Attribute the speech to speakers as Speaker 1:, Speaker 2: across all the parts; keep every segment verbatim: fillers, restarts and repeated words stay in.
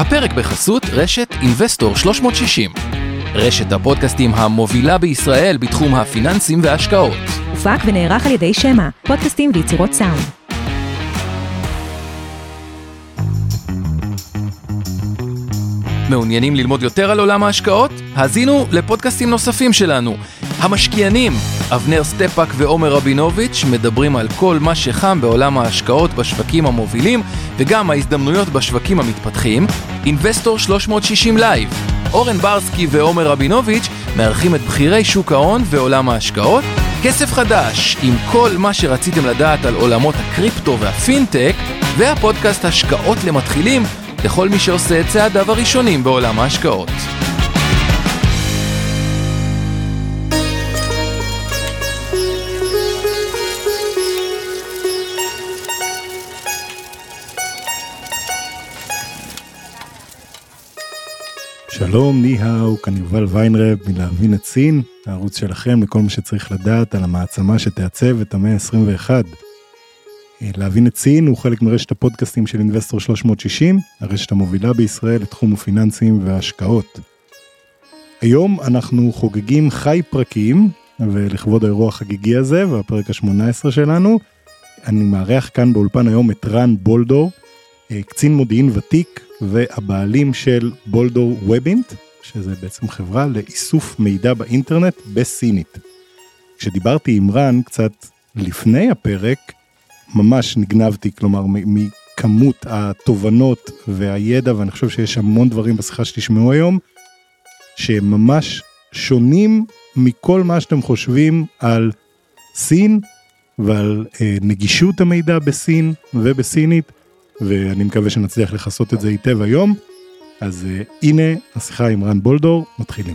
Speaker 1: הפרק בחסות רשת אינבסטור שלוש מאות שישים. רשת הפודקאסטים המובילה בישראל בתחום הפיננסים וההשקעות.
Speaker 2: הופק ונערך על ידי שמה, פודקאסטים ויצירות סאונד.
Speaker 1: מעוניינים ללמוד יותר על עולם ההשקעות? האזינו לפודקאסטים נוספים שלנו. המשקיענים, אבנר סטפאק ועומר רבינוביץ' מדברים על כל מה שחם בעולם ההשקעות בשווקים המובילים וגם ההזדמנויות בשווקים המתפתחים. אינבסטור שלוש מאות שישים לייב. אורן ברסקי ועומר רבינוביץ' מארחים את בחירי שוק ההון ועולם ההשקעות. כסף חדש עם כל מה שרציתם לדעת על עולמות הקריפטו והפינטק, והפודקאסט השקעות למתחילים לכל מי שעושה את צעדיו הראשונים בעולם ההשקעות.
Speaker 3: שלום, ניהאו, כאן יובל ויינרב מלהבין את סין, הערוץ שלכם לכל מה שצריך לדעת על המעצמה שתעצב את המאה ה-עשרים ואחת. להבין את סין הוא חלק מרשת הפודקאסטים של אינבסטור שלוש מאות שישים, הרשת המובילה בישראל לתחום הפיננסים וההשקעות. היום אנחנו חוגגים חי פרקים, ולכבוד האירוע החגיגי הזה, והפרק ה-שמונה עשרה שלנו, אני מארח כאן באולפן היום את רן בולדור, קצין מודיעין ותיק, והבעלים של בולדור וובינט, שזה בעצם חברה לאיסוף מידע באינטרנט בסינית. כשדיברתי עם רן קצת לפני הפרק, ממש נגנבתי, כלומר, מכמות התובנות והידע, ואני חושב שיש המון דברים בשיחה שתשמעו היום, שממש שונים מכל מה שאתם חושבים על סין, ועל אה, נגישות המידע בסין ובסינית, ואני מקווה שנצליח לחסות את זה היטב היום. אז אה, הנה השיחה עם רן בולדור, מתחילים.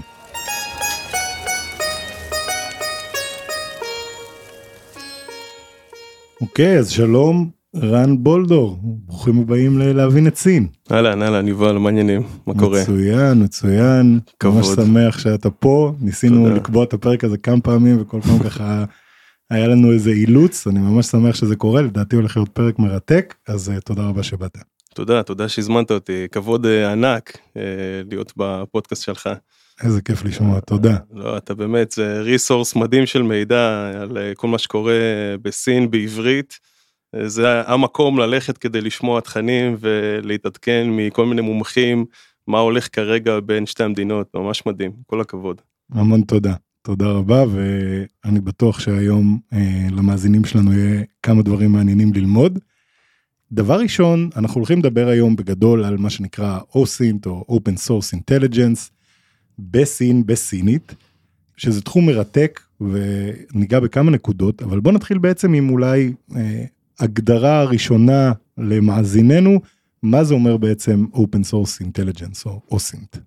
Speaker 3: אוקיי, אז שלום, רן בולדור, ברוכים הבאים להבין את סין.
Speaker 4: אהלן, אהלן, יובל, מה העניינים? מה קורה?
Speaker 3: מצוין, מצוין.
Speaker 4: כבוד.
Speaker 3: ממש שמח שאתה פה, ניסינו תודה. לקבוע את הפרק הזה כמה פעמים, וכל פעם ככה היה לנו איזה אילוץ, אני ממש שמח שזה קורה, לדעתי הולך להיות פרק מרתק, אז תודה רבה שבאת.
Speaker 4: תודה, תודה שהזמנת אותי, כבוד ענק להיות בפודקאסט שלך.
Speaker 3: איזה כיף לשמוע, תודה.
Speaker 4: לא, אתה באמת, זה ריסורס מדהים של מידע על כל מה שקורה בסין, בעברית. זה המקום ללכת כדי לשמוע תכנים ולהתעדכן מכל מיני מומחים, מה הולך כרגע בין שתי המדינות, ממש מדהים, כל הכבוד.
Speaker 3: המון תודה, תודה רבה, ואני בטוח שהיום אה, למאזינים שלנו יהיה כמה דברים מעניינים ללמוד. דבר ראשון, אנחנו הולכים לדבר היום בגדול על מה שנקרא אוסינט או Open Source Intelligence, בסין, בסינית, שזה תחום מרתק, וניגע בכמה נקודות, אבל בוא נתחיל בעצם עם אולי אה, הגדרה הראשונה למאזיננו, מה זה אומר בעצם Open Source Intelligence או אוסינט.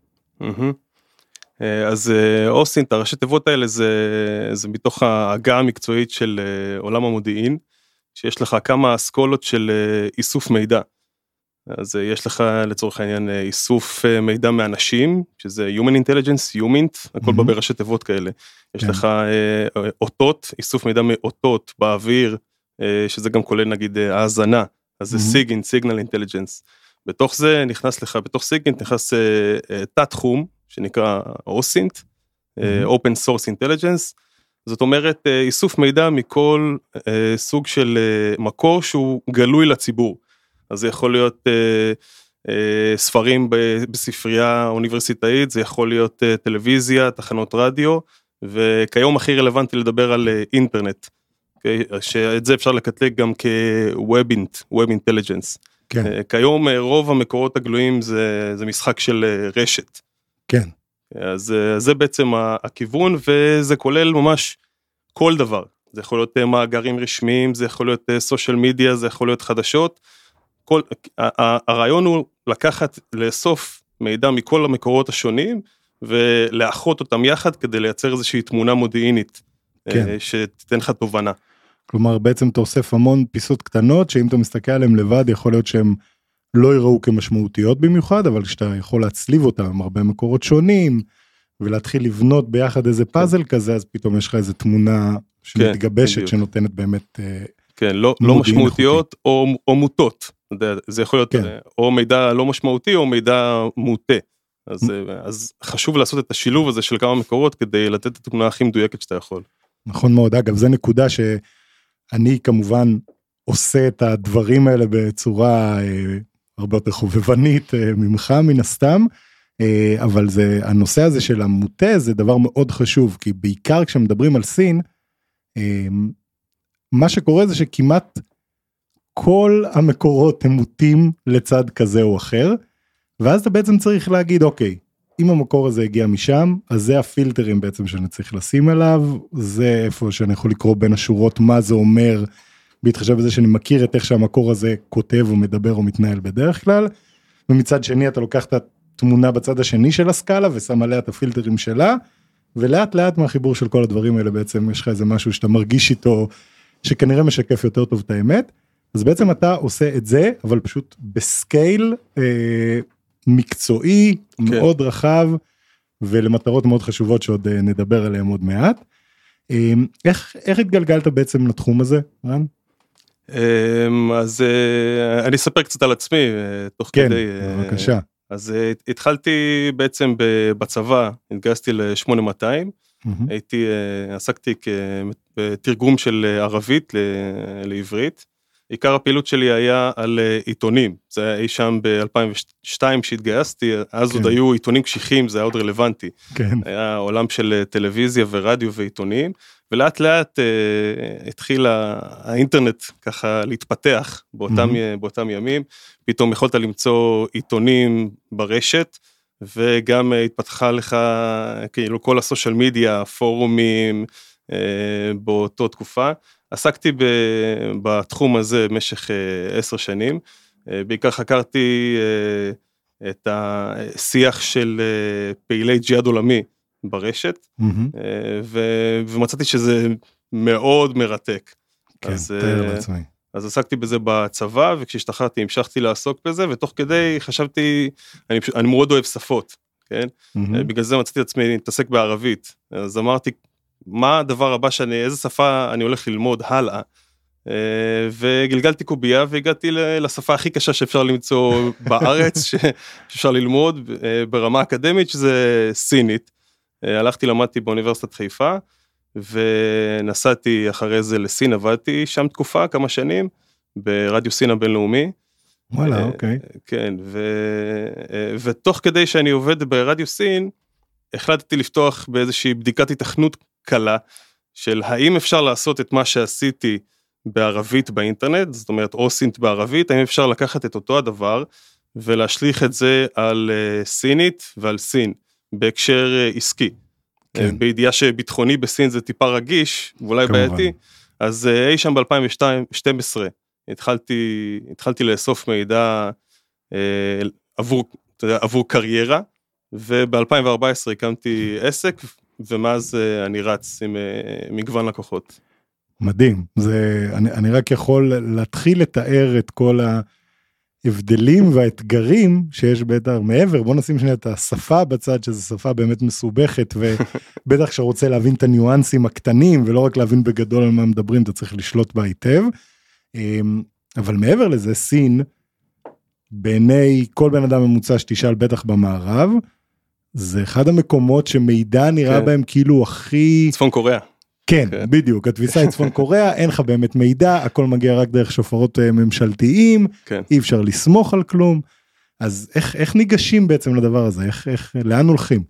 Speaker 4: אז אוסינט, הראשי תיבות האלה, זה, זה מתוך ההגה המקצועית של עולם המודיעין, שיש לך כמה אסכולות של איסוף מידע. אז יש לך לצורך העניין איסוף מידע מאנשים, שזה Human Intelligence, Humint, הכל בא בראשי תיבות כאלה. יש לך אותות, איסוף מידע מאותות באוויר, שזה גם כולל נגיד האזנה, אז זה סיגינט, Signal Intelligence. בתוך זה נכנס לך, בתוך סיגינט נכנס תת תחום, שנקרא אוסינט, Open Source Intelligence, זאת אומרת איסוף מידע מכל סוג של מקור שהוא גלוי לציבור. אז זה יכול להיות אה, אה, ספרים בספרייה אוניברסיטאית, זה יכול להיות אה, טלוויזיה, תחנות רדיו, וכיום הכי רלוונטי לדבר על אה, אינטרנט, okay? שאת זה אפשר לקטלג גם כ-Web Web Intelligence.
Speaker 3: כן.
Speaker 4: אה, כיום אה, רוב המקורות הגלויים זה, זה משחק של אה, רשת.
Speaker 3: כן.
Speaker 4: אז אה, זה בעצם הכיוון, וזה כולל ממש כל דבר. זה יכול להיות אה, מאגרים רשמיים, זה יכול להיות סושיאל מדיה, זה יכול להיות חדשות, כל, הרעיון הוא לקחת, לאסוף מידע מכל המקורות השונים, ולאחות אותם יחד, כדי לייצר איזושהי תמונה מודיעינית, כן. שתיתן לך תובנה.
Speaker 3: כלומר, בעצם אתה אוסף המון פיסות קטנות, שאם אתה מסתכל עליהם לבד, יכול להיות שהן לא יראו כמשמעותיות במיוחד, אבל כשאתה יכול להצליב אותם, הרבה מקורות שונים, ולהתחיל לבנות ביחד איזה פאזל כזה, אז פתאום יש לך איזו תמונה שמתגבשת, שנותנת באמת
Speaker 4: כן, לא, לא משמעותיות או, או מוטות. זה יכול להיות כן. או מידע לא משמעותי או מידע מוטה, אז, אז חשוב לעשות את השילוב הזה של כמה מקורות כדי לתת את התמונה הכי מדויקת שאתה יכול.
Speaker 3: נכון מאוד, אגב, זו נקודה שאני כמובן עושה את הדברים האלה בצורה אה, הרבה יותר חובבנית אה, ממך מן הסתם, אה, אבל זה, הנושא הזה של המוטה זה דבר מאוד חשוב, כי בעיקר כשמדברים על סין, אה, מה שקורה זה שכמעט כל המקורות הם מוטים לצד כזה או אחר, ואז אתה בעצם צריך להגיד, אוקיי, אם המקור הזה הגיע משם, אז זה הפילטרים בעצם שאני צריך לשים עליו, זה איפה שאני יכול לקרוא בין השורות מה זה אומר, בהתחשב בזה שאני מכיר את איך שהמקור הזה כותב או מדבר או מתנהל בדרך כלל, ומצד שני אתה לוקח את התמונה בצד השני של הסקאלה, ושם עליה את הפילטרים שלה, ולאט לאט מהחיבור של כל הדברים האלה בעצם יש לך איזה משהו שאתה מרגיש איתו, שכנראה משקף יותר טוב את האמת, אז בעצם אתה עושה את זה, אבל פשוט בסקייל אה, מקצועי, כן. מאוד רחב, ולמטרות מאוד חשובות שעוד אה, נדבר עליהן עוד מעט. אה, איך, איך התגלגלת בעצם לתחום הזה, רן?
Speaker 4: אה, אז אה, אני אספר קצת על עצמי, אה, תוך
Speaker 3: כן,
Speaker 4: כדי...
Speaker 3: כן, בבקשה.
Speaker 4: אה, אז אה, התחלתי בעצם בצבא, התגייסתי ל-שמונה מאתיים, mm-hmm. הייתי, אה, עסקתי בתרגום של ערבית ל- לעברית, עיקר הפעילות שלי היה על עיתונים, זה היה אי שם ב-אלפיים ושתיים שהתגייסתי, אז כן. עוד היו עיתונים קשיחים, זה היה עוד רלוונטי, כן. היה עולם של טלוויזיה ורדיו ועיתונים, ולאט לאט אה, התחיל האינטרנט ככה להתפתח באותם, mm-hmm. באותם ימים, פתאום יכולת למצוא עיתונים ברשת, וגם התפתחה לך כאילו כל הסושיאל מדיה, פורומים, אה, באותו תקופה, עסקתי בתחום הזה במשך עשר שנים, בעיקר חקרתי את השיח של פעילי ג'יהאד עולמי ברשת, ומצאתי שזה מאוד מרתק.
Speaker 3: כן, תאר לעצמי.
Speaker 4: אז עסקתי בזה בצבא, וכשהשתחררתי המשכתי לעסוק בזה, ותוך כדי חשבתי, אני, אני מאוד אוהב שפות, כן? בגלל זה מצאתי את עצמי להתעסק בערבית, אז אמרתי, מה הדבר הבא שאני, איזה שפה אני הולך ללמוד הלאה, וגלגלתי קובייה והגעתי לשפה הכי קשה שאפשר למצוא בארץ, שאפשר ללמוד ברמה אקדמית, שזה סינית. הלכתי, למדתי באוניברסיטת חיפה, ונסעתי אחרי זה לסין, עבדתי שם תקופה, כמה שנים, ברדיו סין הבינלאומי.
Speaker 3: וואלה, אוקיי.
Speaker 4: כן, ותוך כדי שאני עובד ברדיו סין, החלטתי לפתוח באיזושהי בדיקת התכנות קלה, של האם אפשר לעשות את מה שעשיתי בערבית באינטרנט, זאת אומרת או סינט בערבית, האם אפשר לקחת את אותו הדבר, ולהשליך את זה על uh, סינית ועל סין, בהקשר uh, עסקי. כן. Uh, בידיעה שביטחוני בסין זה טיפה רגיש, ואולי כמובן. בעייתי, אז uh, אי שם ב-אלפיים ושתים עשרה, התחלתי, התחלתי לאסוף מידע uh, עבור, אתה יודע, עבור קריירה, וב-אלפיים וארבע עשרה הקמתי עסק, ומאז אני רץ עם מגוון לקוחות.
Speaker 3: מדהים, זה, אני, אני רק יכול להתחיל לתאר את כל ההבדלים והאתגרים שיש בטח מעבר, בוא נשים שנייה את השפה בצד, שזו שפה באמת מסובכת, ובטח שרוצה להבין את הניואנסים הקטנים, ולא רק להבין בגדול על מה מדברים, אתה צריך לשלוט בה היטב, אבל מעבר לזה, סין, בעיני כל בן אדם ממוצע שתשאל בטח במערב, זה אחד המקומות שמידע נראה כן. בהם כאילו הכי...
Speaker 4: צפון קוריאה.
Speaker 3: כן, כן, בדיוק, התפיסה היא צפון קוריאה, אין לך באמת מידע, הכל מגיע רק דרך שופרות ממשלתיים, כן. אי אפשר לסמוך על כלום, אז איך, איך ניגשים בעצם לדבר הזה, איך, איך, לאן הולכים?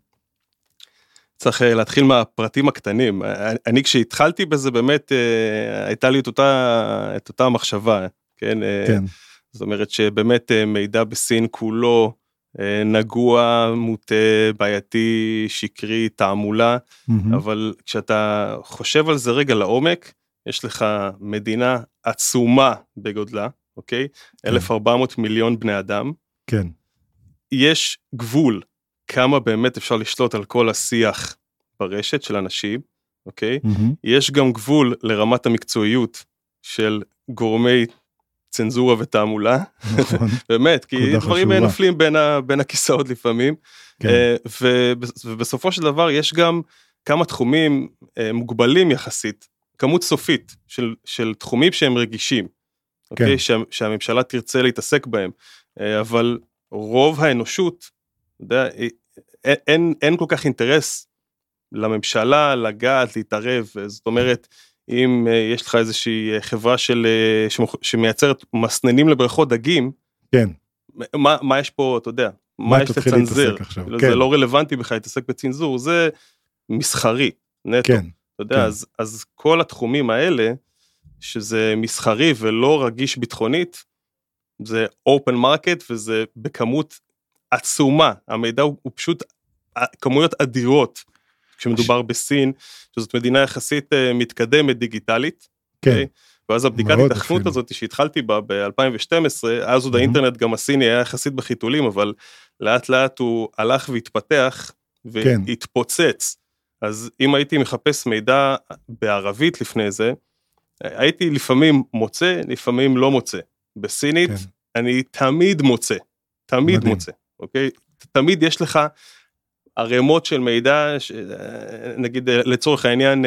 Speaker 4: צריך להתחיל מהפרטים הקטנים, אני כשהתחלתי בזה באמת, הייתה לי את אותה, את אותה מחשבה, כן? כן. זאת אומרת שבאמת מידע בסין כולו, נגוע, מוטה, בעייתי, שקרי, תעמולה, mm-hmm. אבל כשאתה חושב על זה רגע לעומק, יש לך מדינה עצומה בגודלה, אוקיי? כן. אלף וארבע מאות מיליון בני אדם.
Speaker 3: כן.
Speaker 4: יש גבול כמה באמת אפשר לשלוט על כל השיח ברשת של אנשים, אוקיי? Mm-hmm. יש גם גבול לרמת המקצועיות של גורמי צנזורה ותעמולה, נכון. באמת, כי דברים נופלים בין, ה, בין הכיסאות לפעמים, כן. ובסופו של דבר יש גם כמה תחומים מוגבלים יחסית, כמות סופית של, של תחומים שהם רגישים, אוקיי? שה, שהממשלה תרצה להתעסק בהם, אבל רוב האנושות, יודע, אין, אין כל כך אינטרס לממשלה לגעת, להתערב, זאת אומרת, אם יש לך איזושהי חברה של, שמייצרת מסננים לבריכות דגים,
Speaker 3: כן.
Speaker 4: מה, מה יש פה, אתה יודע, מה, מה יש לצנזר?
Speaker 3: כן.
Speaker 4: זה לא רלוונטי בכלל להתעסק בצנזור, זה מסחרי, נטו.
Speaker 3: כן.
Speaker 4: אתה יודע,
Speaker 3: כן.
Speaker 4: אז, אז כל התחומים האלה, שזה מסחרי ולא רגיש ביטחונית, זה open market וזה בכמות עצומה, המידע הוא, הוא פשוט כמויות אדירות, כשמדובר בסין, שזאת מדינה יחסית מתקדמת דיגיטלית,
Speaker 3: כן.
Speaker 4: okay? ואז הבדיקת התכנות הזאת שהתחלתי בה ב-אלפיים ושתים עשרה, אז עוד האינטרנט גם הסיני היה יחסית בחיתולים, אבל לאט לאט הוא הלך והתפתח והתפוצץ, אז אם הייתי מחפש מידע בערבית לפני זה, הייתי לפעמים מוצא, לפעמים לא מוצא, בסינית אני תמיד מוצא, תמיד מוצא, אוקיי? תמיד יש לך ערימות של מידע, נגיד לצורך העניין,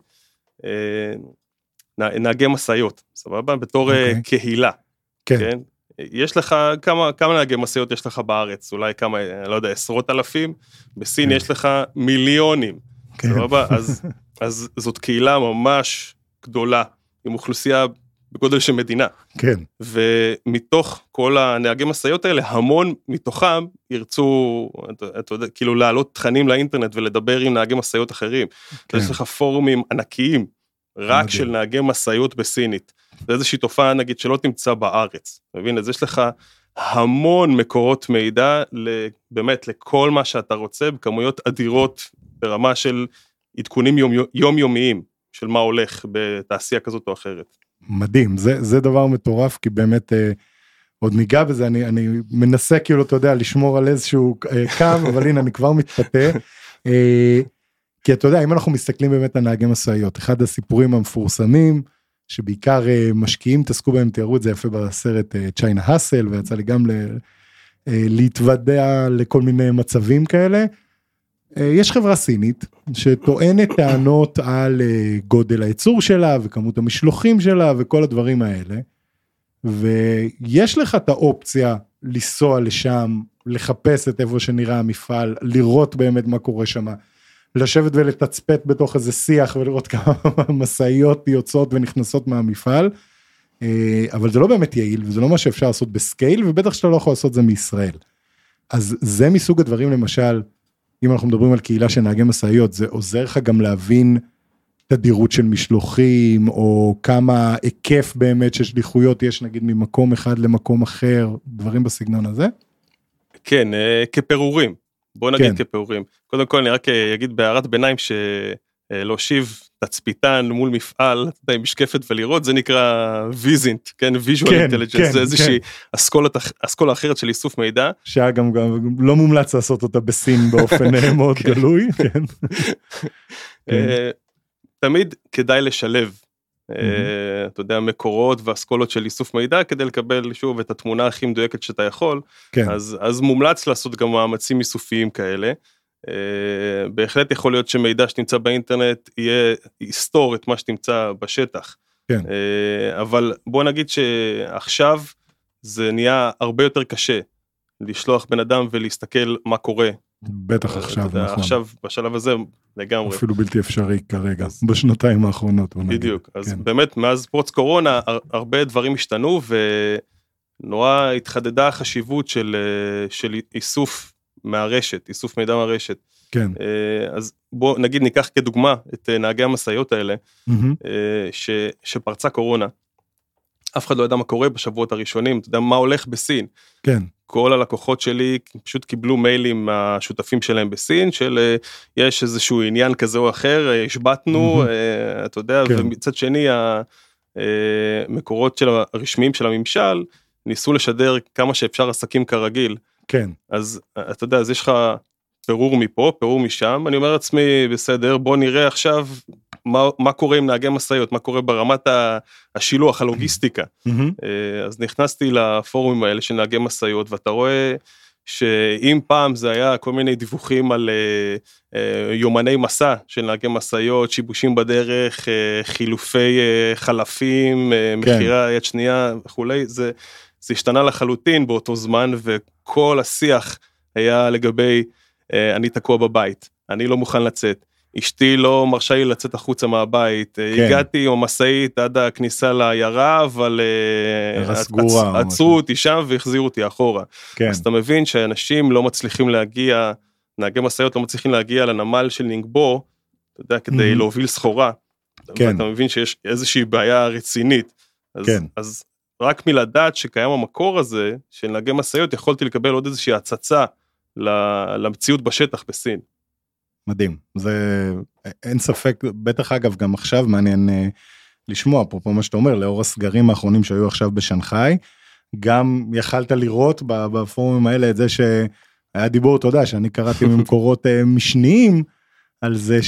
Speaker 4: נהגי משאיות, סבבה? בתור קהילה, כן? יש לך כמה, כמה נהגי משאיות יש לך בארץ, אולי כמה, אני לא יודע, עשרות אלפים, בסין יש לך מיליונים, סבבה? אז, אז זאת קהילה ממש גדולה, עם אוכלוסייה בגודל של מדינה.
Speaker 3: כן.
Speaker 4: ומתוך כל הנהגי משאיות האלה, המון מתוכם ירצו, אתה יודע, כאילו להעלות תכנים לאינטרנט ולדבר עם נהגי משאיות אחרים. כן. יש לך פורומים ענקיים, רק מדהים. של נהגי משאיות בסינית. זה איזושהי תופעה, נגיד, שלא תמצא בארץ. מבין? אז יש לך המון מקורות מידע, באמת, לכל מה שאתה רוצה, בכמויות אדירות, ברמה של עדכונים יום, יומיומיים, של מה הולך בתעשייה כזאת או אחרת.
Speaker 3: מדהים, זה, זה דבר מטורף, כי באמת אה, עוד ניגע בזה, אני, אני מנסה כאילו, אתה יודע, לשמור על איזשהו אה, קו, אבל הנה, אני כבר מתפתה, אה, כי אתה יודע, אם אנחנו מסתכלים באמת על נהגי משאיות, אחד הסיפורים המפורסמים, שבעיקר אה, משקיעים, תעסקו בהם, תיארו את זה יפה בסרט אה, צ'יינה הסל, ויצא לי גם ל, אה, להתוודע לכל מיני מצבים כאלה, יש חברה סינית שטוענת טענות על גודל הייצור שלה וכמות המשלוחים שלה וכל הדברים האלה, ויש לך את האופציה לנסוע לשם, לחפש את איפה שנראה המפעל, לראות באמת מה קורה שם, לשבת ולתצפת בתוך איזה שיח ולראות כמה משאיות יוצאות ונכנסות מהמפעל, אבל זה לא באמת יעיל וזה לא מה שאפשר לעשות בסקייל, ובטח שאתה לא יכול לעשות זה מישראל. אז זה מסוג הדברים למשל, אם אנחנו מדברים על קהילה של נהגי משאיות, זה עוזר לך גם להבין תדירות של משלוחים, או כמה היקף באמת של שליחויות יש, נגיד ממקום אחד למקום אחר, דברים בסגנון הזה?
Speaker 4: כן, כפירורים, בוא נגיד כן. כפירורים. קודם כל אני רק אגיד בהערת ביניים, שלהושיב תצפיתן מול מפעל, עם משקפת ולראות, זה נקרא ויזינט, כן, visual
Speaker 3: כן,
Speaker 4: intelligence,
Speaker 3: כן,
Speaker 4: זה איזושהי
Speaker 3: כן.
Speaker 4: אסכולה, אסכולה אחרת של איסוף מידע.
Speaker 3: שאגב גם לא מומלץ לעשות אותה בסין באופן מאוד גלוי, כן.
Speaker 4: תמיד כדאי לשלב, אתה יודע, מקורות ואסכולות של איסוף מידע, כדי לקבל שוב את התמונה הכי מדויקת שאתה יכול, אז מומלץ לעשות גם מאמצים איסופיים כאלה, בהחלט יכול להיות שמידע שנמצא באינטרנט יהיה, יסתור את מה שתמצא בשטח, כן. אבל בוא נגיד שעכשיו זה נהיה הרבה יותר קשה לשלוח בן אדם ולהסתכל מה קורה.
Speaker 3: בטח עכשיו, נכון.
Speaker 4: עכשיו בשלב הזה לגמרי.
Speaker 3: אפילו בלתי אפשרי כרגע, בשנתיים האחרונות.
Speaker 4: בדיוק, אז באמת מאז פרוץ קורונה הרבה דברים השתנו ונורא התחדדה החשיבות של, של איסוף מהרשת, איסוף מידע מהרשת.
Speaker 3: כן.
Speaker 4: אז בוא נגיד ניקח כדוגמה את נהגי המשאיות האלה, ש, שפרצה קורונה. אף אחד לא ידע מה קורה בשבועות הראשונים, אתה יודע מה הולך בסין.
Speaker 3: כן.
Speaker 4: כל הלקוחות שלי פשוט קיבלו מיילים מהשותפים שלהם בסין, של יש איזשהו עניין כזה או אחר, השבטנו, אתה יודע, כן. ומצד שני, המקורות של הרשמיים של הממשל, ניסו לשדר כמה שאפשר עסקים כרגיל. כן. אז אתה יודע, אז יש לך פירור מפה, פירור משם, אני אומר לעצמי, בסדר, בוא נראה עכשיו מה, מה קורה עם נהגי משאיות, מה קורה ברמת השילוח, הלוגיסטיקה. אז נכנסתי לפורומים האלה של נהגי משאיות, ואתה רואה שאם פעם זה היה כל מיני דיווחים על uh, uh, יומני מסע של נהגי מסעיות, שיבושים בדרך, uh, חילופי uh, חלפים, uh, כן. מחירה יד שנייה וכולי, זה, זה השתנה לחלוטין באותו זמן, וכל השיח היה לגבי, uh, אני תקוע בבית, אני לא מוכן לצאת. אשתי לא מרשה לי לצאת החוצה מהבית, כן. הגעתי עם המסעית עד הכניסה לעיירה, אבל עצרו אותי שם והחזירו אותי אחורה. כן. אז אתה מבין שאנשים לא מצליחים להגיע, נהגי מסעיות לא מצליחים להגיע לנמל של נינגבו, אתה יודע, כדי mm-hmm. להוביל סחורה, כן. ואתה מבין שיש איזושהי בעיה רצינית, אז, כן. אז רק מלדעת שקיים המקור הזה, של נהגי מסעיות, יכולתי לקבל עוד איזושהי הצצה למציאות בשטח בסין.
Speaker 3: מדהים, זה אין ספק, בטח אגב גם עכשיו מעניין אה, לשמוע, אפרופו מה שאתה אומר, לאור הסגרים האחרונים שהיו עכשיו בשנגחאי, גם יכלת לראות בפורומים האלה את זה שהיה דיבור, אתה יודע, שאני קראתי ממקורות אה, משניים, על זה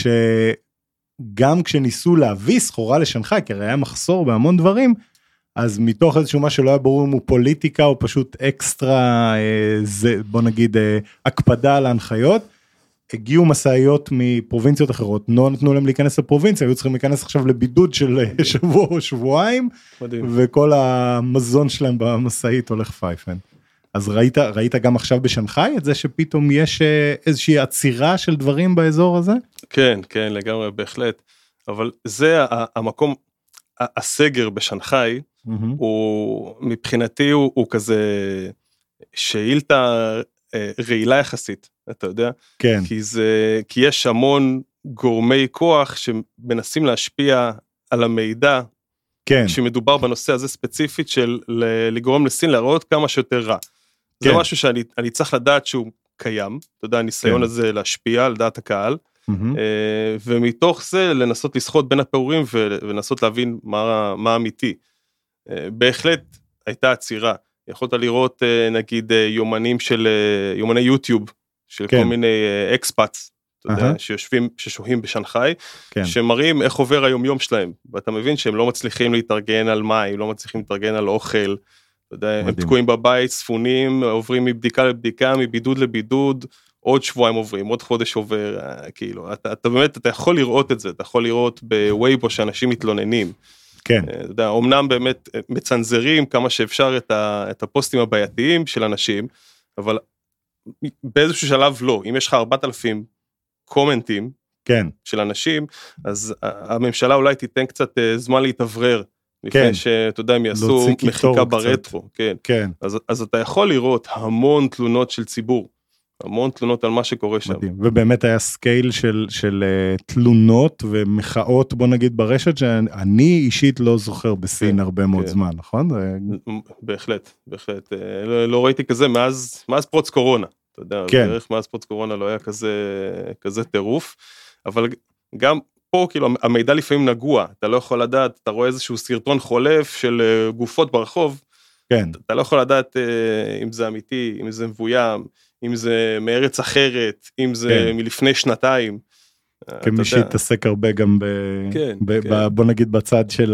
Speaker 3: שגם כשניסו להביא סחורה לשנגחאי, כי הרי היה מחסור בהמון דברים, אז מתוך איזשהו מה שלא היה ברור אם הוא פוליטיקה, או פשוט אקסטרה, אה, זה, בוא נגיד, אה, הקפדה על ההנחיות, הגיעו מסעיות מפרובינציות אחרות, לא נתנו להם להיכנס לפרובינציה, היו צריכים להיכנס עכשיו לבידוד של שבוע או שבועיים, מדהים. וכל המזון שלהם במסעית הולך פייפן. אז ראית, ראית גם עכשיו בשנגחאי את זה שפתאום יש איזושהי עצירה של דברים באזור הזה?
Speaker 4: כן, כן, לגמרי, בהחלט. אבל זה המקום, הסגר בשנגחאי, mm-hmm. הוא, מבחינתי הוא, הוא כזה שאילתה רעילה יחסית, אתה יודע?
Speaker 3: כן.
Speaker 4: כי זה, כי יש המון גורמי כוח שמנסים להשפיע על המידע,
Speaker 3: כן.
Speaker 4: שמדובר בנושא הזה ספציפית של לגרום לסין להראות כמה שיותר רע. כן. זה משהו שאני אני צריך לדעת שהוא קיים, אתה יודע, הניסיון כן. הזה להשפיע על דעת הקהל, mm-hmm. ומתוך זה לנסות לשחות בין הפעורים ולנסות להבין מה, מה אמיתי. בהחלט הייתה עצירה. יכולת לראות נגיד יומנים של, יומני יוטיוב, של כן. כל מיני אקספאץ, אתה יודע, שיושבים, ששוהים בשנגחאי, כן. שמראים איך עובר היום יום שלהם, ואתה מבין שהם לא מצליחים להתארגן על מים, לא מצליחים להתארגן על אוכל, אתה יודע, הם תקועים בבית, ספונים, עוברים מבדיקה לבדיקה, מבידוד לבידוד, עוד שבועיים עוברים, עוד חודש עובר, כאילו, אתה, אתה באמת, אתה יכול לראות את זה, אתה יכול לראות בווייבו שאנשים מתלוננים,
Speaker 3: כן.
Speaker 4: אתה יודע, אומנם באמת מצנזרים כמה שאפשר את, ה, את הפוסטים הבעייתיים של אנשים, אבל באיזשהו שלב לא, אם יש לך ארבעת אלפים קומנטים
Speaker 3: כן.
Speaker 4: של אנשים, אז הממשלה אולי תיתן קצת זמן להתאוורר, לפני כן. שאתה יודע, הם יעשו מחיקה ברטרו, כן.
Speaker 3: כן.
Speaker 4: אז, אז אתה יכול לראות המון תלונות של ציבור, המון תלונות על מה שקורה שם. מדהים.
Speaker 3: ובאמת היה סקייל של, של uh, תלונות ומחאות, בוא נגיד ברשת, שאני אישית לא זוכר בסין כן, הרבה מאוד כן. זמן, נכון?
Speaker 4: בהחלט, בהחלט. לא, לא ראיתי כזה מאז, מאז פרוץ קורונה, אתה יודע, כן. בערך מאז פרוץ קורונה לא היה כזה, כזה טירוף, אבל גם פה כאילו המידע לפעמים נגוע, אתה לא יכול לדעת, אתה רואה איזשהו סרטון חולף של גופות ברחוב,
Speaker 3: כן.
Speaker 4: אתה לא יכול לדעת אם זה אמיתי, אם זה מבוים, אם זה מארץ אחרת, אם זה כן. מלפני שנתיים.
Speaker 3: כמי שהתעסק הרבה גם ב, כן, ב, כן. ב, בוא נגיד בצד של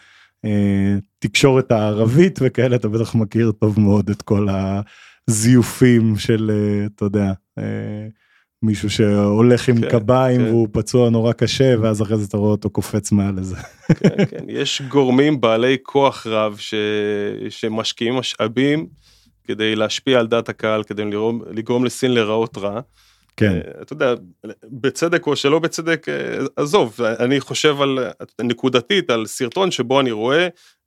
Speaker 3: התקשורת הערבית וכאלה, אתה בטח מכיר טוב מאוד את כל הזיופים של, אתה יודע, מישהו שהולך עם כן, קביים, כן. והוא פצוע נורא קשה, ואז אחרי זה אתה רואה אותו קופץ מעל לזה.
Speaker 4: כן, כן. יש גורמים בעלי כוח רב, ש... שמשקיעים משאבים, כדי להשפיע על דעת הקהל, כדי לגרום, לגרום לסין לראות רע.
Speaker 3: כן.
Speaker 4: אתה יודע, בצדק או שלא בצדק, עזוב, אני חושב על, נקודתית, על סרטון שבו אני רואה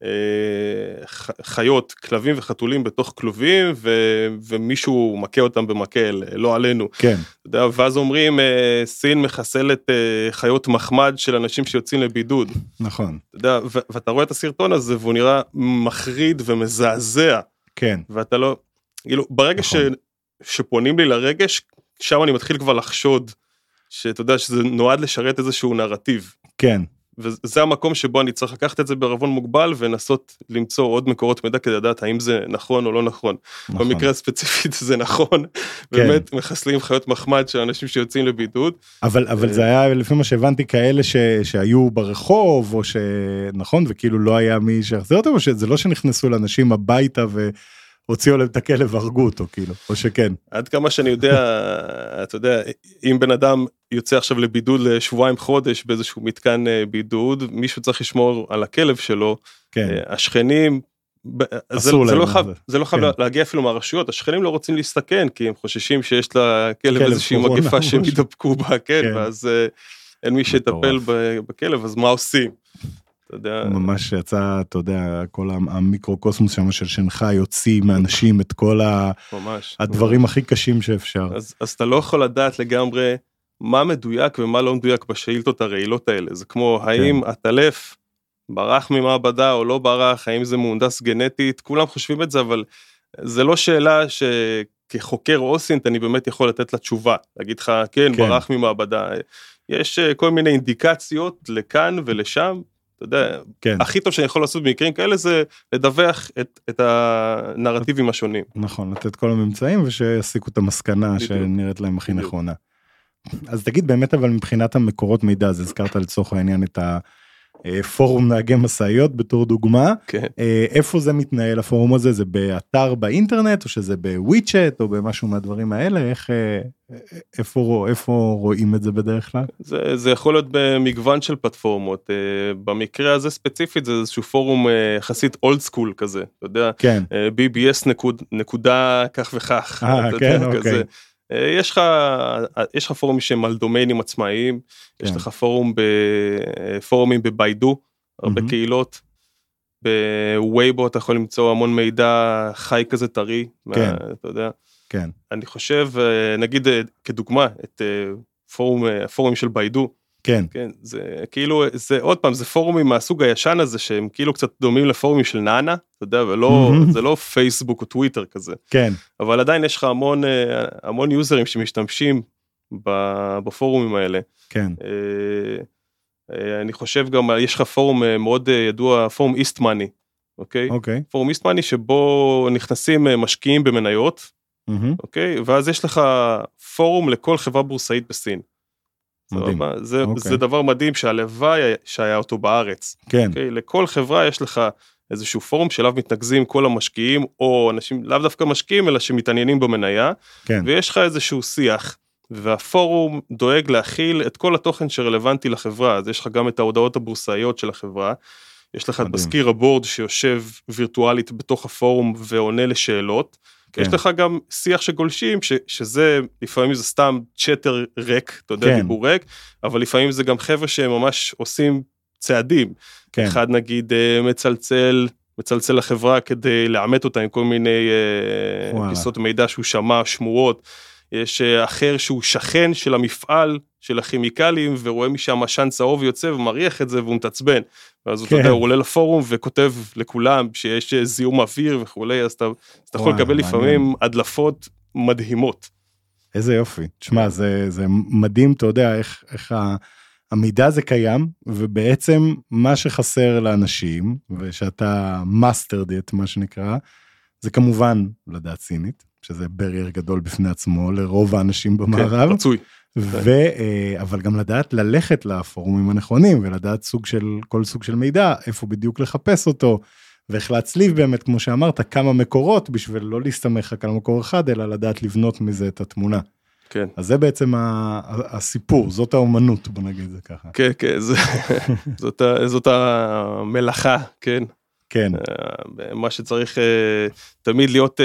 Speaker 4: חיות, כלבים וחתולים בתוך כלובים, ו, ומישהו מכה אותם במקל, לא עלינו.
Speaker 3: כן.
Speaker 4: אתה יודע, ואז אומרים, סין מחסלת חיות מחמד של אנשים שיוצאים לבידוד.
Speaker 3: נכון.
Speaker 4: אתה יודע, ו, ואתה רואה את הסרטון הזה, והוא נראה מחריד ומזעזע.
Speaker 3: כן.
Speaker 4: ואתה לא, כאילו, ברגע נכון. ש, שפונים לי לרגש, שם אני מתחיל כבר לחשוד, שאתה יודע שזה נועד לשרת איזשהו נרטיב.
Speaker 3: כן.
Speaker 4: וזה המקום שבו אני צריך לקחת את זה בערבון מוגבל, ונסות למצוא עוד מקורות מידע, כדי לדעת האם זה נכון או לא נכון. נכון. במקרה הספציפית זה נכון, כן. באמת מחסלים חיות מחמד של אנשים שיוצאים לבידוד.
Speaker 3: אבל, אבל זה היה לפי מה שהבנתי כאלה ש, שהיו ברחוב, או שנכון, וכאילו לא היה מי שיחזיר אותם, או שזה לא שנכנסו לאנשים הביתה ו... הוציאו להם את הכלב והרגו אותו, כאילו, או שכן.
Speaker 4: עד כמה שאני יודע, אתה יודע, אם בן אדם יוצא עכשיו לבידוד לשבועיים חודש באיזשהו מתקן בידוד, מישהו צריך לשמור על הכלב שלו,
Speaker 3: כן.
Speaker 4: השכנים, זה, זה לא חייב, זה לא חייב כן. להגיע אפילו מהרשויות, השכנים לא רוצים להסתכן, כי הם חוששים שיש לכלב איזושהי מגפה שהם ידבקו בה, כן, כן. ואז אין מי שיטפל בכלב, אז מה עושים?
Speaker 3: ממש יצא, אתה יודע, כל המיקרוקוסמוס שם של שנך יוציא מאנשים את כל הדברים הכי קשים שאפשר.
Speaker 4: אז אתה לא יכול לדעת לגמרי מה מדויק ומה לא מדויק בשאילתות הרעילות האלה. זה כמו האם הטלף ברח ממעבדה או לא ברח, האם זה מהונדס גנטית, כולם חושבים את זה, אבל זה לא שאלה שכחוקר אוסינט אני באמת יכול לתת לה תשובה. להגיד לך, כן, ברח ממעבדה. יש כל מיני אינדיקציות לכאן ולשם, אתה יודע, כן. הכי טוב שאני יכול לעשות במקרים כאלה זה לדווח את, את הנרטיבים השונים.
Speaker 3: נכון, לתת כל הממצאים ושיסיקו את המסקנה בדיוק. שנראית להם הכי בדיוק. נכונה. אז תגיד באמת אבל מבחינת המקורות מידע, אז הזכרת לצורך העניין את הפורום נהגי מסעיות בתור דוגמה,
Speaker 4: כן.
Speaker 3: איפה זה מתנהל הפורום הזה? זה באתר באינטרנט או שזה בוויצ'ט או במשהו מהדברים האלה? איך, איפה, איפה רואים את זה בדרך כלל?
Speaker 4: זה, זה יכול להיות במגוון של פלטפורמות, במקרה הזה ספציפית זה איזשהו פורום יחסית אולד סקול כזה, אתה יודע,
Speaker 3: כן.
Speaker 4: בי בי אס נקוד, נקודה כך וכך,
Speaker 3: אה, כן, יודע, אוקיי. כזה.
Speaker 4: יש לך, יש לך פורומים שהם על דומיינים עצמאיים, כן. יש לך פורום בפורומים בביידו, הרבה mm-hmm. קהילות, בווייבו אתה יכול למצוא המון מידע חי כזה טרי,
Speaker 3: כן.
Speaker 4: מה, אתה יודע.
Speaker 3: כן.
Speaker 4: אני חושב, נגיד כדוגמה, את פורום, פורומים של ביידו,
Speaker 3: כן.
Speaker 4: כן, זה כאילו, זה עוד פעם, זה פורומים מהסוג הישן הזה, שהם כאילו קצת דומים לפורומים של נאנה, אתה יודע, ולא, mm-hmm. זה לא פייסבוק או טוויטר כזה.
Speaker 3: כן.
Speaker 4: אבל עדיין יש לך המון, המון יוזרים שמשתמשים בפורומים האלה.
Speaker 3: כן.
Speaker 4: אני חושב גם, יש לך פורום מאוד ידוע, פורום איסט מאני, אוקיי?
Speaker 3: אוקיי.
Speaker 4: פורום איסט מאני שבו נכנסים משקיעים במניות,
Speaker 3: mm-hmm.
Speaker 4: אוקיי? ואז יש לך פורום לכל חברה בורסאית בסין.
Speaker 3: מדהים.
Speaker 4: זה, okay. זה דבר מדהים שהלוואי שהיה אותו בארץ.
Speaker 3: כן.
Speaker 4: Okay? לכל חברה יש לך איזשהו פורום שאליו מתנקזים כל המשקיעים, או אנשים, לאו דווקא משקיעים, אלא שמתעניינים במניה,
Speaker 3: כן.
Speaker 4: ויש לך איזשהו שיח, והפורום דואג להכיל את כל התוכן שרלוונטי לחברה, אז יש לך גם את ההודעות הבורסאיות של החברה, יש לך מדהים. את מזכיר הבורד שיושב וירטואלית בתוך הפורום ועונה לשאלות, כן. יש לך גם שיח שגולשים, ש, שזה, לפעמים זה סתם צ'טר ריק, אתה יודע, כן. דיבור ריק, אבל לפעמים זה גם חבר'ה שהם ממש עושים צעדים. כן. אחד נגיד מצלצל, מצלצל לחברה כדי לאמת אותה עם כל מיני פיסות מידע שהוא שמע, שמועות. יש אחר שהוא שכן של המפעל, של הכימיקלים, ורואה משם עשן צהוב יוצא ומריח את זה והוא מתעצבן. ואז כן. אתה יודע, הוא עולה לפורום וכותב לכולם שיש זיהום אוויר וכולי, אז אתה, אז אתה יכול לקבל לפעמים הדלפות מדהימות.
Speaker 3: איזה יופי. תשמע, זה, זה מדהים, אתה יודע, איך, איך המידע הזה קיים, ובעצם מה שחסר לאנשים, ושאתה מאסטרד את מה שנקרא, זה כמובן לדעת סינית, שזה ברייר גדול בפני עצמו, לרוב האנשים במערב.
Speaker 4: כן, רצוי.
Speaker 3: ו, אבל גם לדעת ללכת לפורומים הנכונים, ולדעת סוג של, כל סוג של מידע, איפה בדיוק לחפש אותו, ואיך להצליב באמת, כמו שאמרת, כמה מקורות, בשביל לא להסתמך רק על מקור אחד, אלא לדעת לבנות מזה את התמונה.
Speaker 4: כן.
Speaker 3: אז זה בעצם הסיפור, זאת האומנות, בוא נגיד זה ככה.
Speaker 4: כן, כן, זאת, זאת המלאכה, כן.
Speaker 3: כן.
Speaker 4: מה שצריך תמיד להיות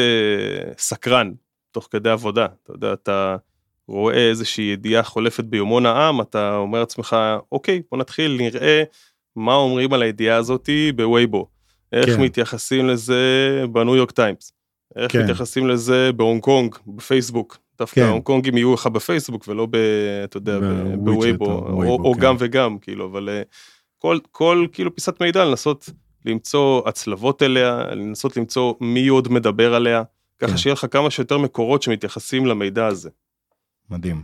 Speaker 4: סקרן, תוך כדי עבודה. אתה יודע, אתה רואה איזושהי ידיעה חולפת ביומון העם, אתה אומר לעצמך, אוקיי, בוא נתחיל, נראה מה אומרים על הידיעה הזאת בווייבו. איך כן. מתייחסים לזה בניו יורק טיימס. איך כן. מתייחסים לזה בהונג קונג, בפייסבוק. דווקא כן. ההונג קונגים יהיו לך בפייסבוק, ולא ב, אתה יודע, בווייבו, או, או, או כן. גם וגם, כאילו, אבל כל, כל כאילו פיסת מידע לנסות למצוא הצלבות אליה, לנסות למצוא מי עוד מדבר עליה, ככה כן. שיהיה לך כמה שיותר מקורות שמתייחסים למידע הזה.
Speaker 3: מדהים.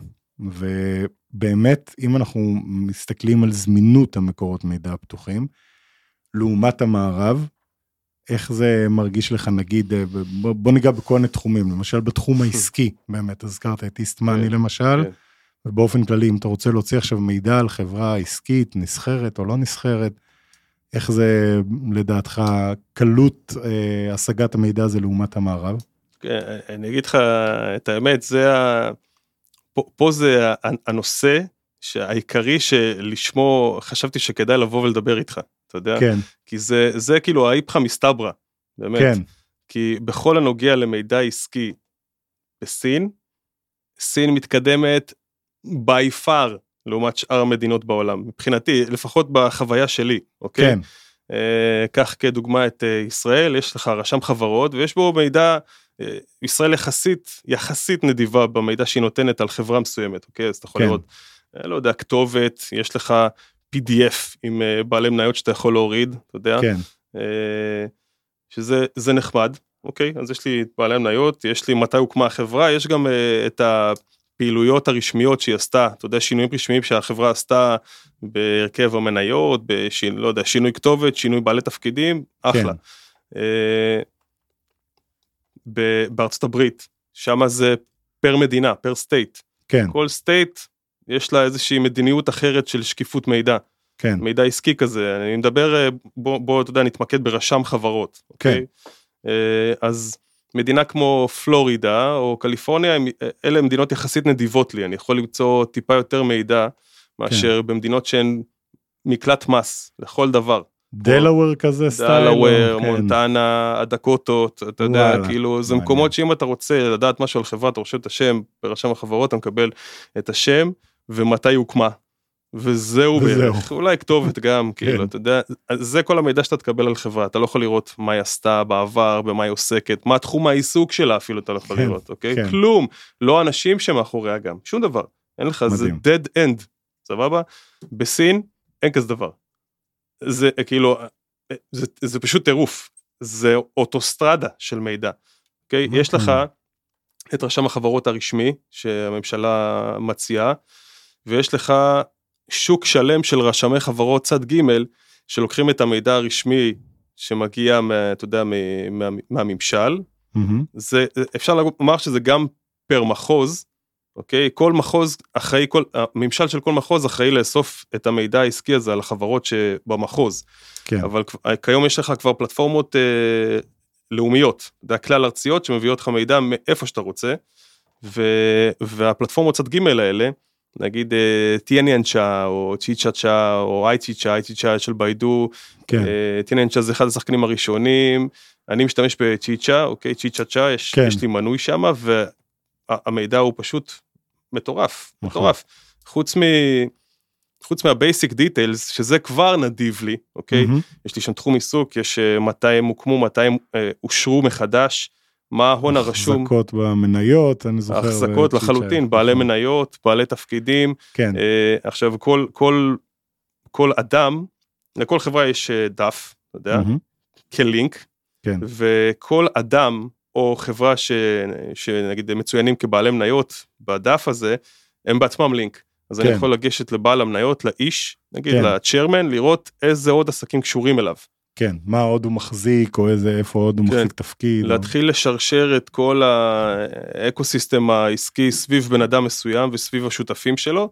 Speaker 3: ובאמת, אם אנחנו מסתכלים על זמינות המקורות מידע הפתוחים, לעומת המערב, איך זה מרגיש לך, נגיד, בוא ניגע בכל מיני תחומים, למשל בתחום העסקי, באמת, הזכרת את איסט מאני למשל, ובאופן כללי, אם אתה רוצה להוציא עכשיו מידע על חברה עסקית, נסחרת או לא נסחרת, איך זה לדעתך קלות אה, השגת המידע הזה לעומת המערב?
Speaker 4: אני אגיד לך את האמת, זה ה... פה, פה זה הנושא שהעיקרי שלשמו חשבתי שכדאי לבוא ולדבר איתך, אתה יודע?
Speaker 3: כן.
Speaker 4: כי זה, זה כאילו האיפכא מסתברא, באמת.
Speaker 3: כן.
Speaker 4: כי בכל הנוגע למידע עסקי בסין, סין מתקדמת by far לעומת שאר המדינות בעולם. מבחינתי, לפחות בחוויה שלי, אוקיי?
Speaker 3: כן.
Speaker 4: אה, כך כדוגמה את אה, ישראל, יש לך רשם חברות, ויש בו מידע, אה, ישראל יחסית, יחסית נדיבה במידע שהיא נותנת על חברה מסוימת, אוקיי? אז אתה יכול
Speaker 3: כן.
Speaker 4: לראות, אה, לא יודע, כתובת, יש לך פי די אף עם אה, בעלי מניות שאתה יכול להוריד, אתה יודע?
Speaker 3: כן.
Speaker 4: אה, שזה זה נחמד, אוקיי? אז יש לי בעלי מניות, יש לי מתי הוקמה החברה, יש גם אה, את הפעילויות הרשמיות שהיא עשתה, אתה יודע, שינויים רשמיים שהחברה עשתה בהרכב המניות, בשינו, לא יודע, שינוי כתובת, שינוי בעלי תפקידים, אחלה. כן. אה, בארצות הברית, שם זה פר מדינה, פר סטייט.
Speaker 3: כן.
Speaker 4: כל סטייט יש לה איזושהי מדיניות אחרת של שקיפות מידע.
Speaker 3: כן.
Speaker 4: מידע עסקי כזה, אני מדבר, בוא, בוא, אתה יודע, נתמקד ברשם חברות,
Speaker 3: כן.
Speaker 4: אוקיי? אז מדינה כמו פלורידה או קליפורניה, אלה מדינות יחסית נדיבות לי, אני יכול למצוא טיפה יותר מידע, מאשר כן. במדינות שהן מקלט מס, לכל דבר.
Speaker 3: דלאוור כזה סטייל.
Speaker 4: דלאוור, כן. מונטנה, הדקוטות, אתה יודע, וואלה, כאילו, זה מעניין. מקומות שאם אתה רוצה לדעת משהו על חברה, אתה רושם את השם, ברשם החברות, אתה מקבל את השם, ומתי הוקמה. וזהו בערך, אולי כתובת גם, כאילו, אתה יודע, זה כל המידע שאתה תקבל על חברה, אתה לא יכול לראות מה היא עשתה בעבר, במה היא עוסקת, מה תחום העיסוק שלה אפילו אתה לא יכול לראות, אוקיי? כלום, לא אנשים שמאחוריה גם, שום דבר, אין לך, זה dead end, סבבה? בסין, אין כזה דבר. זה כאילו, זה פשוט טירוף, זה אוטוסטרדה של מידע, אוקיי? יש לך את רשם החברות הרשמי, שהממשלה מציעה, ויש לך שוק שלם של רשמי חברות צד ג' שלוקחים את המידע הרשמי שמגיע, מה, אתה יודע, מה, מהממשל. Mm-hmm. זה, אפשר לומר שזה גם פר מחוז, אוקיי? כל מחוז אחראי, כל, הממשל של כל מחוז אחראי לאסוף את המידע העסקי הזה על החברות שבמחוז. כן. אבל כיום יש לך כבר פלטפורמות אה, לאומיות, זה הכלל ארציות שמביאות לך מידע מאיפה שאתה רוצה, ו, והפלטפורמות צד ג' האלה, נגיד טיאניאנצ'ה או צ'יצ'אצ'ה או אייצ'יצ'ה, אייצ'יצ'ה של ביידו, טיאניאנצ'ה זה אחד השחקנים הראשונים, אני משתמש בצ'יצ'ה, אוקיי, צ'יצ'אצ'ה, יש לי מנוי שם, והמידע הוא פשוט מטורף, מטורף. חוץ מ... חוץ מהבייסיק דיטיילס, שזה כבר נדיב לי, אוקיי? יש לי שם תחום עיסוק, יש מתי הם הוקמו, מתי הם אושרו מחדש, מה ההון הרשום.
Speaker 3: החזקות במניות, אני זוכר.
Speaker 4: החזקות לחלוטין, בעלי מניות, בעלי תפקידים.
Speaker 3: כן.
Speaker 4: עכשיו, כל, כל, כל אדם, לכל חברה יש דף, אתה יודע, כלינק,
Speaker 3: כן.
Speaker 4: וכל אדם, או חברה ש, שנגיד מצוינים כבעלי מניות, בדף הזה, הם בעצמם לינק. אז כן. אני יכול לגשת לבעל המניות, לאיש, נגיד כן. לצ'רמן, לראות איזה עוד עסקים קשורים אליו.
Speaker 3: כן, מה עוד הוא מחזיק, או איזה, איפה עוד הוא כן. מחזיק תפקיד.
Speaker 4: להתחיל או... לשרשר את כל האקוסיסטם העסקי סביב בן אדם מסוים, וסביב השותפים שלו,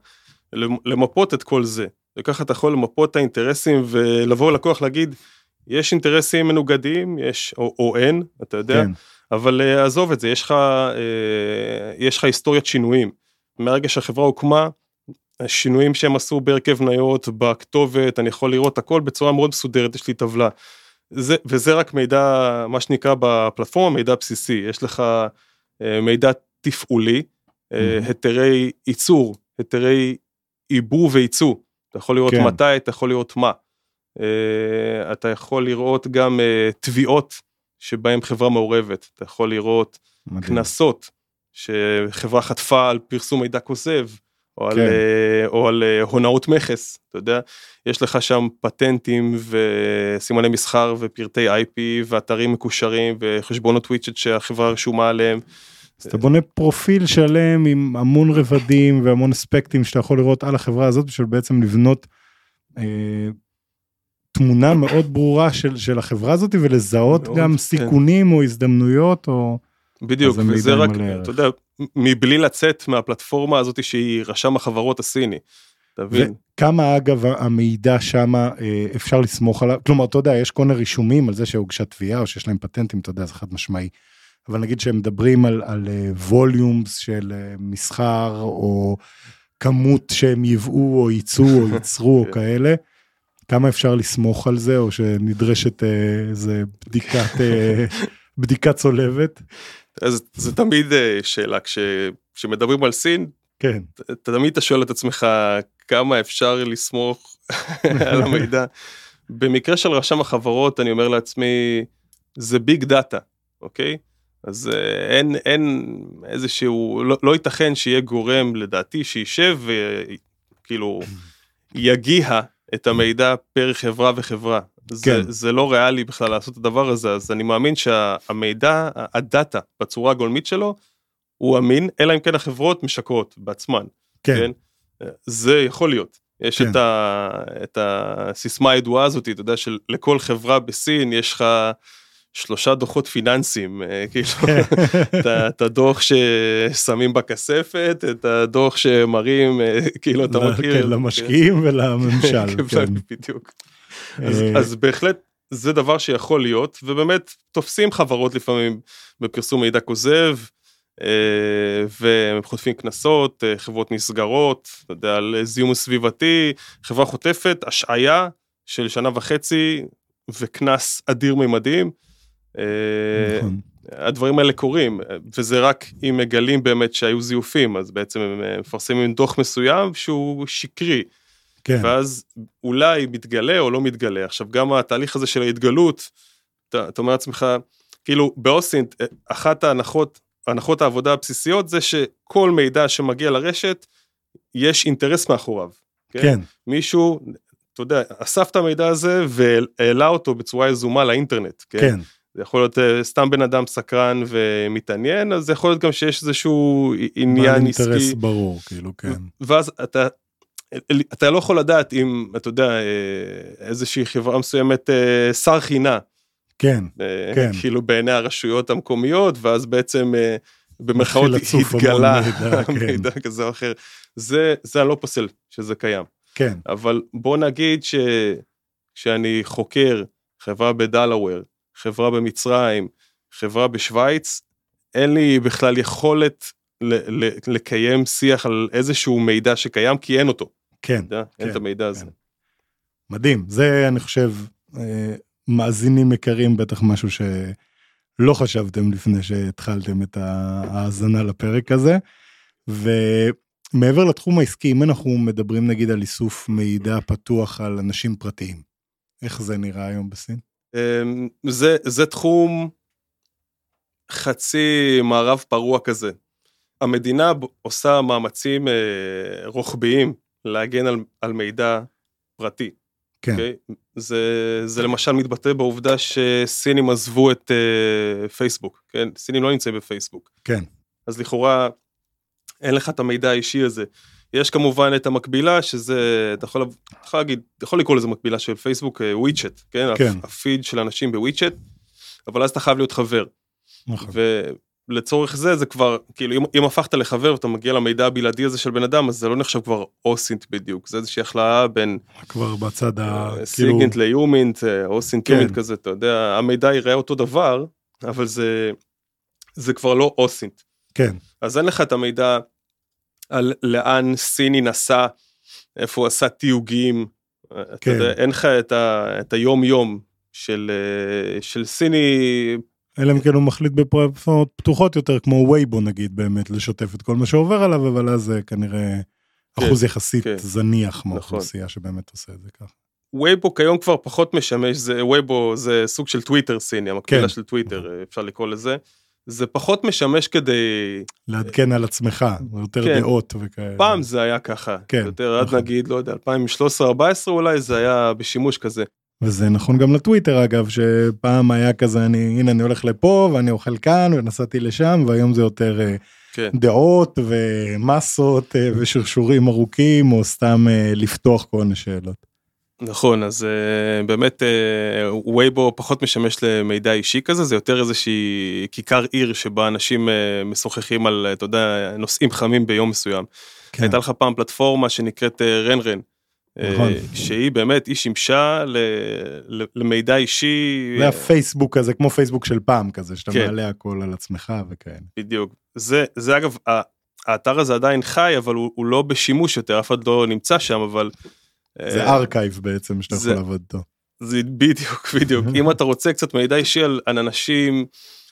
Speaker 4: למפות את כל זה. וככה אתה יכול למפות את האינטרסים, ולבוא לקוח להגיד, יש אינטרסים מנוגדים, יש, או, או אין, אתה יודע, כן. אבל עזוב את זה, יש לך, יש לך היסטוריית שינויים. מהרגע שהחברה הוקמה, השינויים שהם עשו בהרכב מניות, בכתובת, אני יכול לראות הכל בצורה מאוד מסודרת, יש לי טבלה. זה, וזה רק מידע, מה שנקרא בפלטפורמה, מידע בסיסי. יש לך מידע תפעולי, mm-hmm. היתרי ייצור, היתרי עיבוב וייצוא. אתה יכול לראות כן. מתי, אתה יכול לראות מה. אתה יכול לראות גם תביעות שבהם חברה מעורבת. אתה יכול לראות כנסות, שחברה חטפה על פרסום מידע כוזב, או, כן. על, או על הונאות מכס, אתה יודע, יש לך שם פטנטים וסימני מסחר ופרטי איי פי ואתרים מקושרים וחשבונות וויצ'ט שהחברה רשומה עליהם.
Speaker 3: אז אתה בונה פרופיל שלם עם המון רבדים והמון אספקטים שאתה יכול לראות על החברה הזאת, בשביל בעצם לבנות אה, תמונה מאוד ברורה של, של החברה הזאת, ולזהות מאוד, גם סיכונים כן. או הזדמנויות או...
Speaker 4: בדיוק, וזה רק, אתה יודע, מבלי לצאת מהפלטפורמה הזאת שהיא רשם החברות הסיני. תבין.
Speaker 3: וכמה אגב המידע שם אפשר לסמוך עליו, כלומר, אתה יודע, יש כל מיני רישומים על זה שהוגשה תביעה, או שיש להם פטנטים, אתה יודע, זה חד משמעי, אבל נגיד שהם מדברים על, על ווליומס של מסחר, או כמות שהם יבאו, או ייצאו, או ייצרו, או כאלה, כמה אפשר לסמוך על זה, או שנדרשת איזה בדיקת, בדיקה צולבת?
Speaker 4: אז זה תמיד שאלה, כש, כשמדברים על סין,
Speaker 3: כן.
Speaker 4: אתה תמיד אתה שואל את עצמך, כמה אפשר לסמוך על המידע. במקרה של רשם החברות, אני אומר לעצמי, זה ביג דאטה, אוקיי? אז אין, אין איזשהו, לא, לא ייתכן שיהיה גורם, לדעתי, שישב וכאילו יגיע את המידע פר חברה וחברה. זה, כן. זה לא ריאלי בכלל לעשות את הדבר הזה, אז אני מאמין שהמידע, הדאטה, בצורה הגולמית שלו, הוא אמין, אלא אם כן החברות משקרות בעצמן.
Speaker 3: כן.
Speaker 4: כן? זה יכול להיות. יש
Speaker 3: כן.
Speaker 4: את, ה, את הסיסמה הידועה הזאת, אתה יודע, שלכל חברה בסין יש לך שלושה דוחות פיננסיים, כאילו, את, את הדוח ששמים בכספת, את הדוח שמראים, כאילו, אתה מכיר.
Speaker 3: כן, למשקיעים ולממשל.
Speaker 4: כן, בדיוק. אז, אז בהחלט זה דבר שיכול להיות, ובאמת תופסים חברות לפעמים בפרסום מידע כוזב, והם חוטפים כנסות, חברות נסגרות, אתה יודע, על זיהום סביבתי, חברה חוטפת, השעיה של שנה וחצי, וכנס אדיר ממדים. נכון. הדברים האלה קורים, וזה רק אם מגלים באמת שהיו זיופים, אז בעצם הם מפרסמים דוח מסוים שהוא שקרי, כן. ואז אולי מתגלה או לא מתגלה. עכשיו גם התהליך הזה של ההתגלות, אתה, אתה אומר לעצמך, כאילו באוסינט, אחת ההנחות, הנחות העבודה הבסיסיות זה שכל מידע שמגיע לרשת, יש אינטרס מאחוריו. כן? כן. מישהו, אתה יודע, אסף את המידע הזה והעלה אותו בצורה יזומה לאינטרנט. כן. כן. זה יכול להיות סתם בן אדם סקרן ומתעניין, אז זה יכול להיות גם שיש איזשהו עניין עסקי.
Speaker 3: אינטרס ברור, כאילו, כן.
Speaker 4: ואז אתה, אתה לא יכול לדעת אם, אתה יודע, איזושהי חברה מסוימת שר חינה.
Speaker 3: כן, כן.
Speaker 4: כאילו בעיני הרשויות המקומיות, ואז בעצם במרכאות התגלה מידע כזה או אחר. זה, זה הלא פוסל שזה קיים.
Speaker 3: כן.
Speaker 4: אבל בוא נגיד ש, שאני חוקר חברה בדלאוור, חברה במצרים, חברה בשוויץ, אין לי בכלל יכולת ל- ל- לקיים שיח על איזשהו מידע שקיים, כי אין אותו.
Speaker 3: כן.
Speaker 4: כן אין את המידע הזה.
Speaker 3: כן. מדהים. זה, אני חושב, מאזינים יקרים, בטח משהו שלא חשבתם לפני שהתחלתם את ההאזנה לפרק הזה. ומעבר לתחום העסקי, אם אנחנו מדברים נגיד על איסוף מידע פתוח על אנשים פרטיים, איך זה נראה היום בסין?
Speaker 4: זה, זה תחום חצי מערב פרוע כזה. המדינה עושה מאמצים רוחביים להגן על, על מידע פרטי.
Speaker 3: כן.
Speaker 4: Okay? זה, זה למשל מתבטא בעובדה שסינים עזבו את uh, פייסבוק. כן? סינים לא נמצאים בפייסבוק.
Speaker 3: כן.
Speaker 4: אז לכאורה אין לך את המידע האישי הזה. יש כמובן את המקבילה, שזה, אתה יכול, אתה יכול להגיד, אתה יכול לקרוא לזה מקבילה של פייסבוק, וויצ'ט, כן?
Speaker 3: כן.
Speaker 4: הפיד של אנשים בוויצ'ט, אבל אז אתה חייב להיות חבר.
Speaker 3: נכון.
Speaker 4: ולצורך זה, זה כבר, כאילו, אם, אם הפכת לחבר, ואתה מגיע למידע הבלעדי הזה של בן אדם, אז זה לא נחשב כבר אוסינט בדיוק, זה איזושהי החלאה בין...
Speaker 3: כבר בצד ה...
Speaker 4: סיגינט ליומינט, אוסינט יומינט כזה, אתה יודע, המידע ייראה אותו דבר, אבל זה, זה כבר לא אוסינט.
Speaker 3: כן.
Speaker 4: אז אין לך את המידע על לאן סיני נסע, איפה הוא עשה תיוגים, כן. אתה יודע, אין לך את, ה, את היום יום של, של סיני.
Speaker 3: אלא אם כן הוא מחליט בפלטפורמות פתוחות יותר, כמו ווייבו נגיד, באמת לשתף את כל מה שעובר עליו, אבל אז זה כנראה כן, אחוז יחסית כן. זניח מהאוכלוסייה נכון. שבאמת עושה את זה ככה.
Speaker 4: ווייבו כיום כבר פחות משמש, זה, ווייבו זה סוג של טוויטר סיני, המקבילה כן. של טוויטר, אפשר לקרוא לזה. זה פחות משמש כדי...
Speaker 3: לעדכן על עצמך, יותר כן. דעות וכאלה.
Speaker 4: פעם זה היה ככה. כן. יותר עד נכון. נגיד, לא יודע, אלפיים ושלוש עשרה ארבע עשרה אולי, זה היה בשימוש כזה.
Speaker 3: וזה נכון גם לטוויטר אגב, שפעם היה כזה, אני, הנה אני הולך לפה, ואני אוכל כאן, ונסעתי לשם, והיום זה יותר כן. דעות, ומסות, ושרשורים ארוכים, או סתם לפתוח כל מיני שאלות.
Speaker 4: נכון, אז uh, באמת uh, ווייבו פחות משמש למידע אישי כזה, זה יותר איזושהי כיכר עיר שבה אנשים uh, משוחחים על, אתה יודע, נושאים חמים ביום מסוים. כן. הייתה לך פעם פלטפורמה שנקראת uh, רנרן, נכון. uh, שהיא באמת, היא שימשה ל, ל, למידע אישי.
Speaker 3: זה הפייסבוק הזה, כמו פייסבוק של פעם כזה, שאתה כן. מעלה הכל על עצמך וכאלה.
Speaker 4: בדיוק. זה, זה אגב, האתר הזה עדיין חי, אבל הוא, הוא לא בשימוש יותר, אף אחד לא נמצא שם, אבל...
Speaker 3: זה ארכייב בעצם שאתה יכול לעבוד אותו.
Speaker 4: זה בדיוק, בדיוק. אם אתה רוצה קצת מידע אישי על אנשים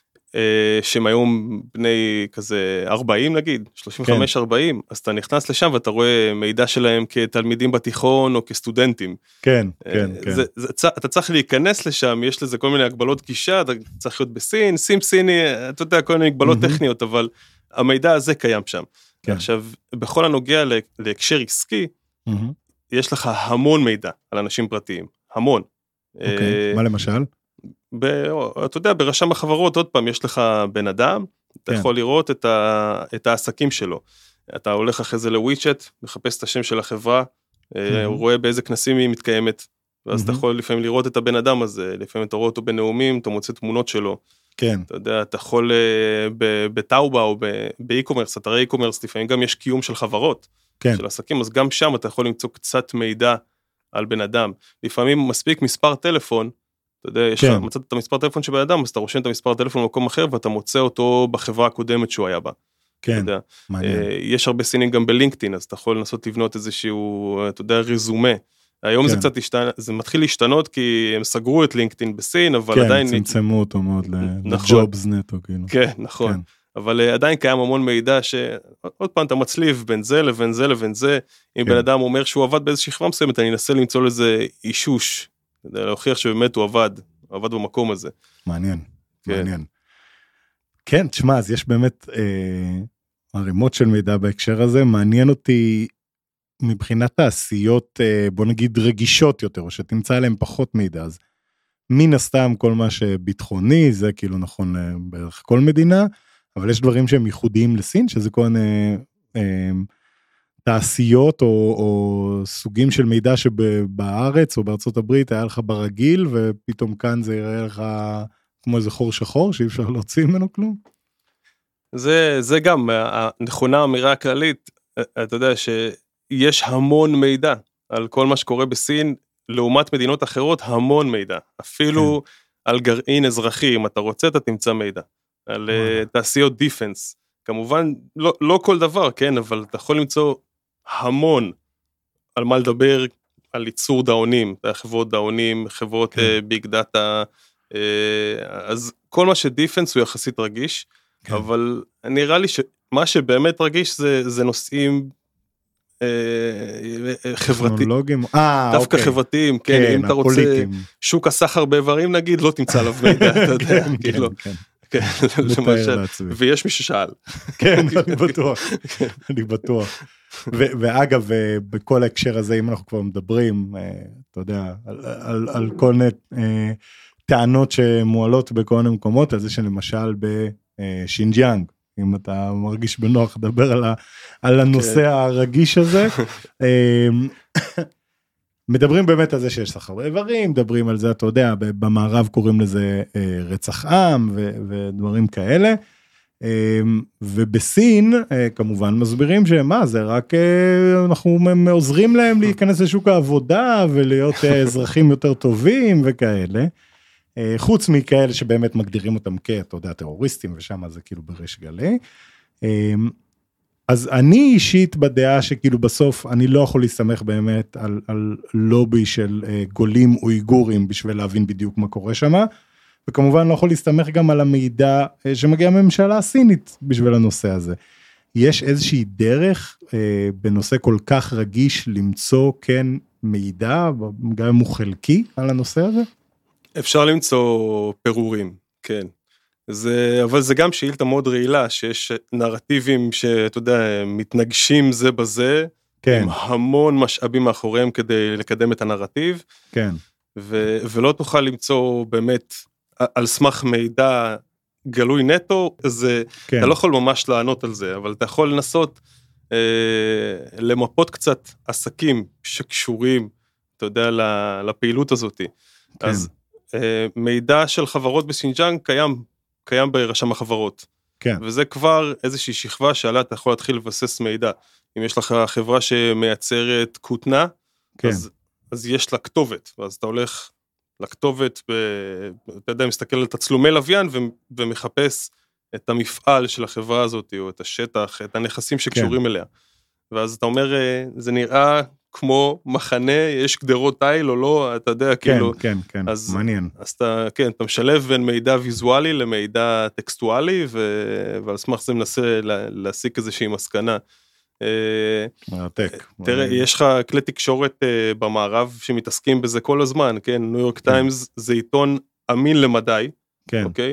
Speaker 4: שהם היום בני כזה ארבעים נגיד, שלושים וחמש ארבעים, אז אתה נכנס לשם ואתה רואה מידע שלהם כתלמידים בתיכון או כסטודנטים.
Speaker 3: כן, כן, כן.
Speaker 4: אתה צריך להיכנס לשם, יש לזה כל מיני הגבלות גישה, אתה צריך להיות בסין, סים סיני, אתה יודע, כל מיני הגבלות טכניות, אבל המידע הזה קיים שם. עכשיו, בכל הנוגע להקשר עסקי, יש לך המון מידע על אנשים פרטיים, המון.
Speaker 3: אוקיי, מה למשל?
Speaker 4: אתה יודע, ברשם החברות, עוד פעם, יש לך בן אדם, אתה יכול לראות את העסקים שלו. אתה הולך אחרי זה לוויצ'ט, מחפש את השם של החברה, הוא רואה באיזה כנסים היא מתקיימת, ואז אתה יכול לפעמים לראות את הבן אדם הזה, לפעמים אתה רואה אותו בנאומים, אתה מוצא תמונות שלו.
Speaker 3: כן.
Speaker 4: אתה יודע, אתה יכול בטאובה או באי-קומרס, אתרי אי-קומרס, לפעמים גם יש קיום של חברות. כן. של עסקים, אז גם שם אתה יכול למצוא קצת מידע על בן אדם. לפעמים מספיק מספר טלפון, אתה יודע, יש לך, מצאת את המספר טלפון של בן אדם, אז אתה רושם את המספר טלפון במקום אחר, ואתה מוצא אותו בחברה הקודמת שהוא היה בה.
Speaker 3: כן, מעניין.
Speaker 4: יש הרבה סינים גם בלינקדאין, אז אתה יכול לנסות לבנות איזשהו, אתה יודע, רזומה. היום זה קצת השתנה, זה מתחיל להשתנות, כי הם סגרו את לינקדאין בסין, אבל עדיין...
Speaker 3: כן, צמצמו אותו מאוד לג'ובס נטו, כאילו.
Speaker 4: כן, נכון. אבל עדיין קיים המון מידע שעוד פעם אתה מצליב בין זה לבין זה לבין זה, אם בן אדם אומר שהוא עבד באיזושהי חברה מסוימת, אני אנסה למצוא לזה אישוש, כדי להוכיח שבאמת הוא עבד, הוא עבד במקום הזה.
Speaker 3: מעניין, מעניין. כן, תשמע, אז יש באמת ערימות של מידע בהקשר הזה, מעניין אותי מבחינת תעשיות, בוא נגיד רגישות יותר, או שתמצא עליהן פחות מידע, אז מן הסתם כל מה שביטחוני, זה כאילו נכון בערך כל מדינה, אבל יש דברים שהם ייחודיים לסין, שזה כל מיני אה, תעשיות או, או סוגים של מידע שבארץ או בארצות הברית היה לך ברגיל, ופתאום כאן זה יראה לך כמו איזה חור שחור, שאי אפשר להוציא ממנו כלום.
Speaker 4: זה, זה גם, הנכונה האמירה הכללית, אתה יודע שיש המון מידע על כל מה שקורה בסין, לעומת מדינות אחרות, המון מידע. אפילו כן. על גרעין אזרחי, אם אתה רוצה, אתה תמצא מידע. על תעשיות דיפנס, כמובן לא, לא כל דבר, כן, אבל אתה יכול למצוא המון על מה לדבר, על ייצור דאונים, חברות דאונים, חברות כן. ביג דאטה, אז כל מה שדיפנס הוא יחסית רגיש, כן. אבל נראה לי שמה שבאמת רגיש זה, זה נושאים חברתיים,
Speaker 3: טכנולוגיים,
Speaker 4: דווקא אוקיי. חברתיים, כן, כן, אם אתה רוצה, פוליטיים. שוק הסחר באיברים נגיד, לא תמצא עליו מידע, אתה יודע,
Speaker 3: כן,
Speaker 4: כאילו.
Speaker 3: כן.
Speaker 4: כן, למשל, ויש מי ששאל.
Speaker 3: כן, אני בטוח, אני בטוח. ואגב, בכל ההקשר הזה, אם אנחנו כבר מדברים, אתה יודע, על כל מיני טענות שמועלות בכל מיני מקומות, על זה שלמשל בשינג'יאנג, אם אתה מרגיש בנוח לדבר על הנושא הרגיש הזה, מדברים באמת על זה שיש סחר באיברים, מדברים על זה, אתה יודע, במערב קוראים לזה רצח עם ודברים כאלה, ובסין כמובן מסבירים שמה, זה רק אנחנו עוזרים להם להיכנס לשוק העבודה ולהיות אזרחים יותר טובים וכאלה, חוץ מכאלה שבאמת מגדירים אותם כ, אתה יודע, טרוריסטים ושם זה כאילו בריש גלי, אז אני אישית בדעה שכאילו בסוף אני לא יכול להסתמך באמת על, על לובי של uh, גולים אויגורים בשביל להבין בדיוק מה קורה שם, וכמובן לא יכול להסתמך גם על המידע uh, שמגיע מהממשלה הסינית בשביל הנושא הזה. יש איזושהי דרך uh, בנושא כל כך רגיש למצוא כן מידע, גם אם הוא חלקי על הנושא הזה?
Speaker 4: אפשר למצוא פירורים, כן. זה, אבל זה גם שאילתה מאוד רעילה, שיש נרטיבים שאתה יודע, מתנגשים זה בזה, כן. עם המון משאבים מאחוריהם כדי לקדם את הנרטיב,
Speaker 3: כן.
Speaker 4: ו, ולא תוכל למצוא באמת על סמך מידע גלוי נטו, זה, כן. אתה לא יכול ממש לענות על זה, אבל אתה יכול לנסות אה, למפות קצת עסקים שקשורים, אתה יודע, לפעילות הזאת.
Speaker 3: כן.
Speaker 4: אז מידע של חברות בסינג'אנג קיים, קיים ברשם החברות.
Speaker 3: כן.
Speaker 4: וזה כבר איזושהי שכבה שעליה אתה יכול להתחיל לבסס מידע. אם יש לך חברה שמייצרת כותנה,
Speaker 3: כן.
Speaker 4: אז, אז יש לה כתובת, ואז אתה הולך לכתובת, ב, אתה יודע, מסתכל על תצלומי לוויין, ו, ומחפש את המפעל של החברה הזאת, או את השטח, את הנכסים שקשורים כן. אליה. ואז אתה אומר, זה נראה כמו מחנה, יש גדרות תיל או לא, אתה יודע,
Speaker 3: כן,
Speaker 4: כאילו...
Speaker 3: כן, כן,
Speaker 4: אז,
Speaker 3: מעניין.
Speaker 4: אז אתה, כן, אתה משלב בין מידע ויזואלי למידע טקסטואלי, ו, ועל סמך זה מנסה לה, להסיק איזושהי מסקנה.
Speaker 3: מרתק.
Speaker 4: תראה, יש לך כלי תקשורת במערב שמתעסקים בזה כל הזמן, כן? ניו יורק טיימס זה עיתון אמין למדי,
Speaker 3: כן.
Speaker 4: אוקיי?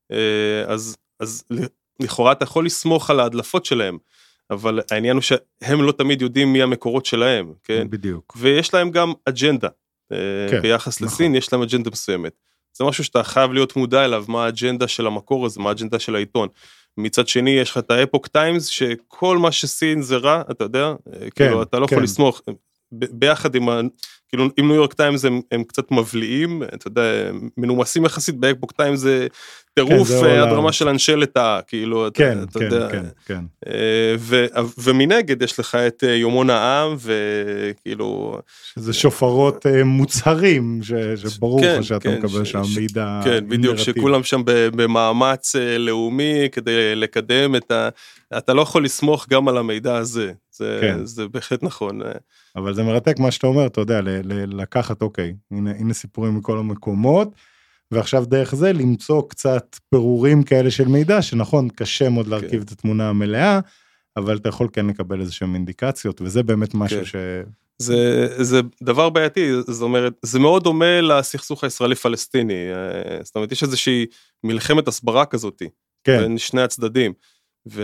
Speaker 4: אז, אז לכאורה אתה יכול לסמוך על ההדלפות שלהם, אבל העניין הוא שהם לא תמיד יודעים מי המקורות שלהם, כן?
Speaker 3: בדיוק.
Speaker 4: ויש להם גם אג'נדה,
Speaker 3: כן,
Speaker 4: ביחס
Speaker 3: נכון.
Speaker 4: לסין יש להם אג'נדה מסוימת. זה משהו שאתה חייב להיות מודע אליו, מה האג'נדה של המקור הזה, מה האג'נדה של העיתון. מצד שני, יש לך את האפוק טיימס, שכל מה שסין זה רע, אתה יודע, כן, כאילו, אתה לא
Speaker 3: כן.
Speaker 4: יכול לסמוך, ב- ביחד עם, ה- כאילו, עם ניו יורק טיימס הם, הם קצת מבליעים, אתה יודע, מנומסים יחסית, באפוק טיימס זה טירוף
Speaker 3: כן, זה
Speaker 4: עד
Speaker 3: עולם.
Speaker 4: רמה של אנשי לטאה, כאילו,
Speaker 3: כן,
Speaker 4: אתה, אתה
Speaker 3: כן,
Speaker 4: יודע,
Speaker 3: כן, כן.
Speaker 4: ו- ומנגד יש לך את יומון העם, וכאילו...
Speaker 3: שזה שופרות מוצהרים, ש- שברור
Speaker 4: כן,
Speaker 3: לך שאתה
Speaker 4: כן,
Speaker 3: מקבל
Speaker 4: ש-
Speaker 3: שם
Speaker 4: ש-
Speaker 3: מידע
Speaker 4: כן, בדיוק,
Speaker 3: נרטיב.
Speaker 4: שכולם שם במאמץ לאומי, כדי לקדם את ה... אתה לא יכול לסמוך גם על המידע הזה, זה,
Speaker 3: כן.
Speaker 4: זה בהחלט נכון.
Speaker 3: אבל זה מרתק מה שאתה אומר, אתה יודע, ל- ל- לקחת, אוקיי, הנה, הנה סיפורים מכל המקומות, ועכשיו דרך זה למצוא קצת פירורים כאלה של מידע, שנכון, קשה מאוד להרכיב
Speaker 4: כן.
Speaker 3: את התמונה המלאה, אבל אתה יכול כן לקבל איזשהם אינדיקציות, וזה באמת משהו
Speaker 4: כן.
Speaker 3: ש...
Speaker 4: זה, זה דבר בעייתי, זאת אומרת, זה מאוד דומה לסכסוך הישראלי-פלסטיני, זאת אומרת, יש איזושהי מלחמת הסברה כזאת,
Speaker 3: כן.
Speaker 4: בין שני הצדדים, ו,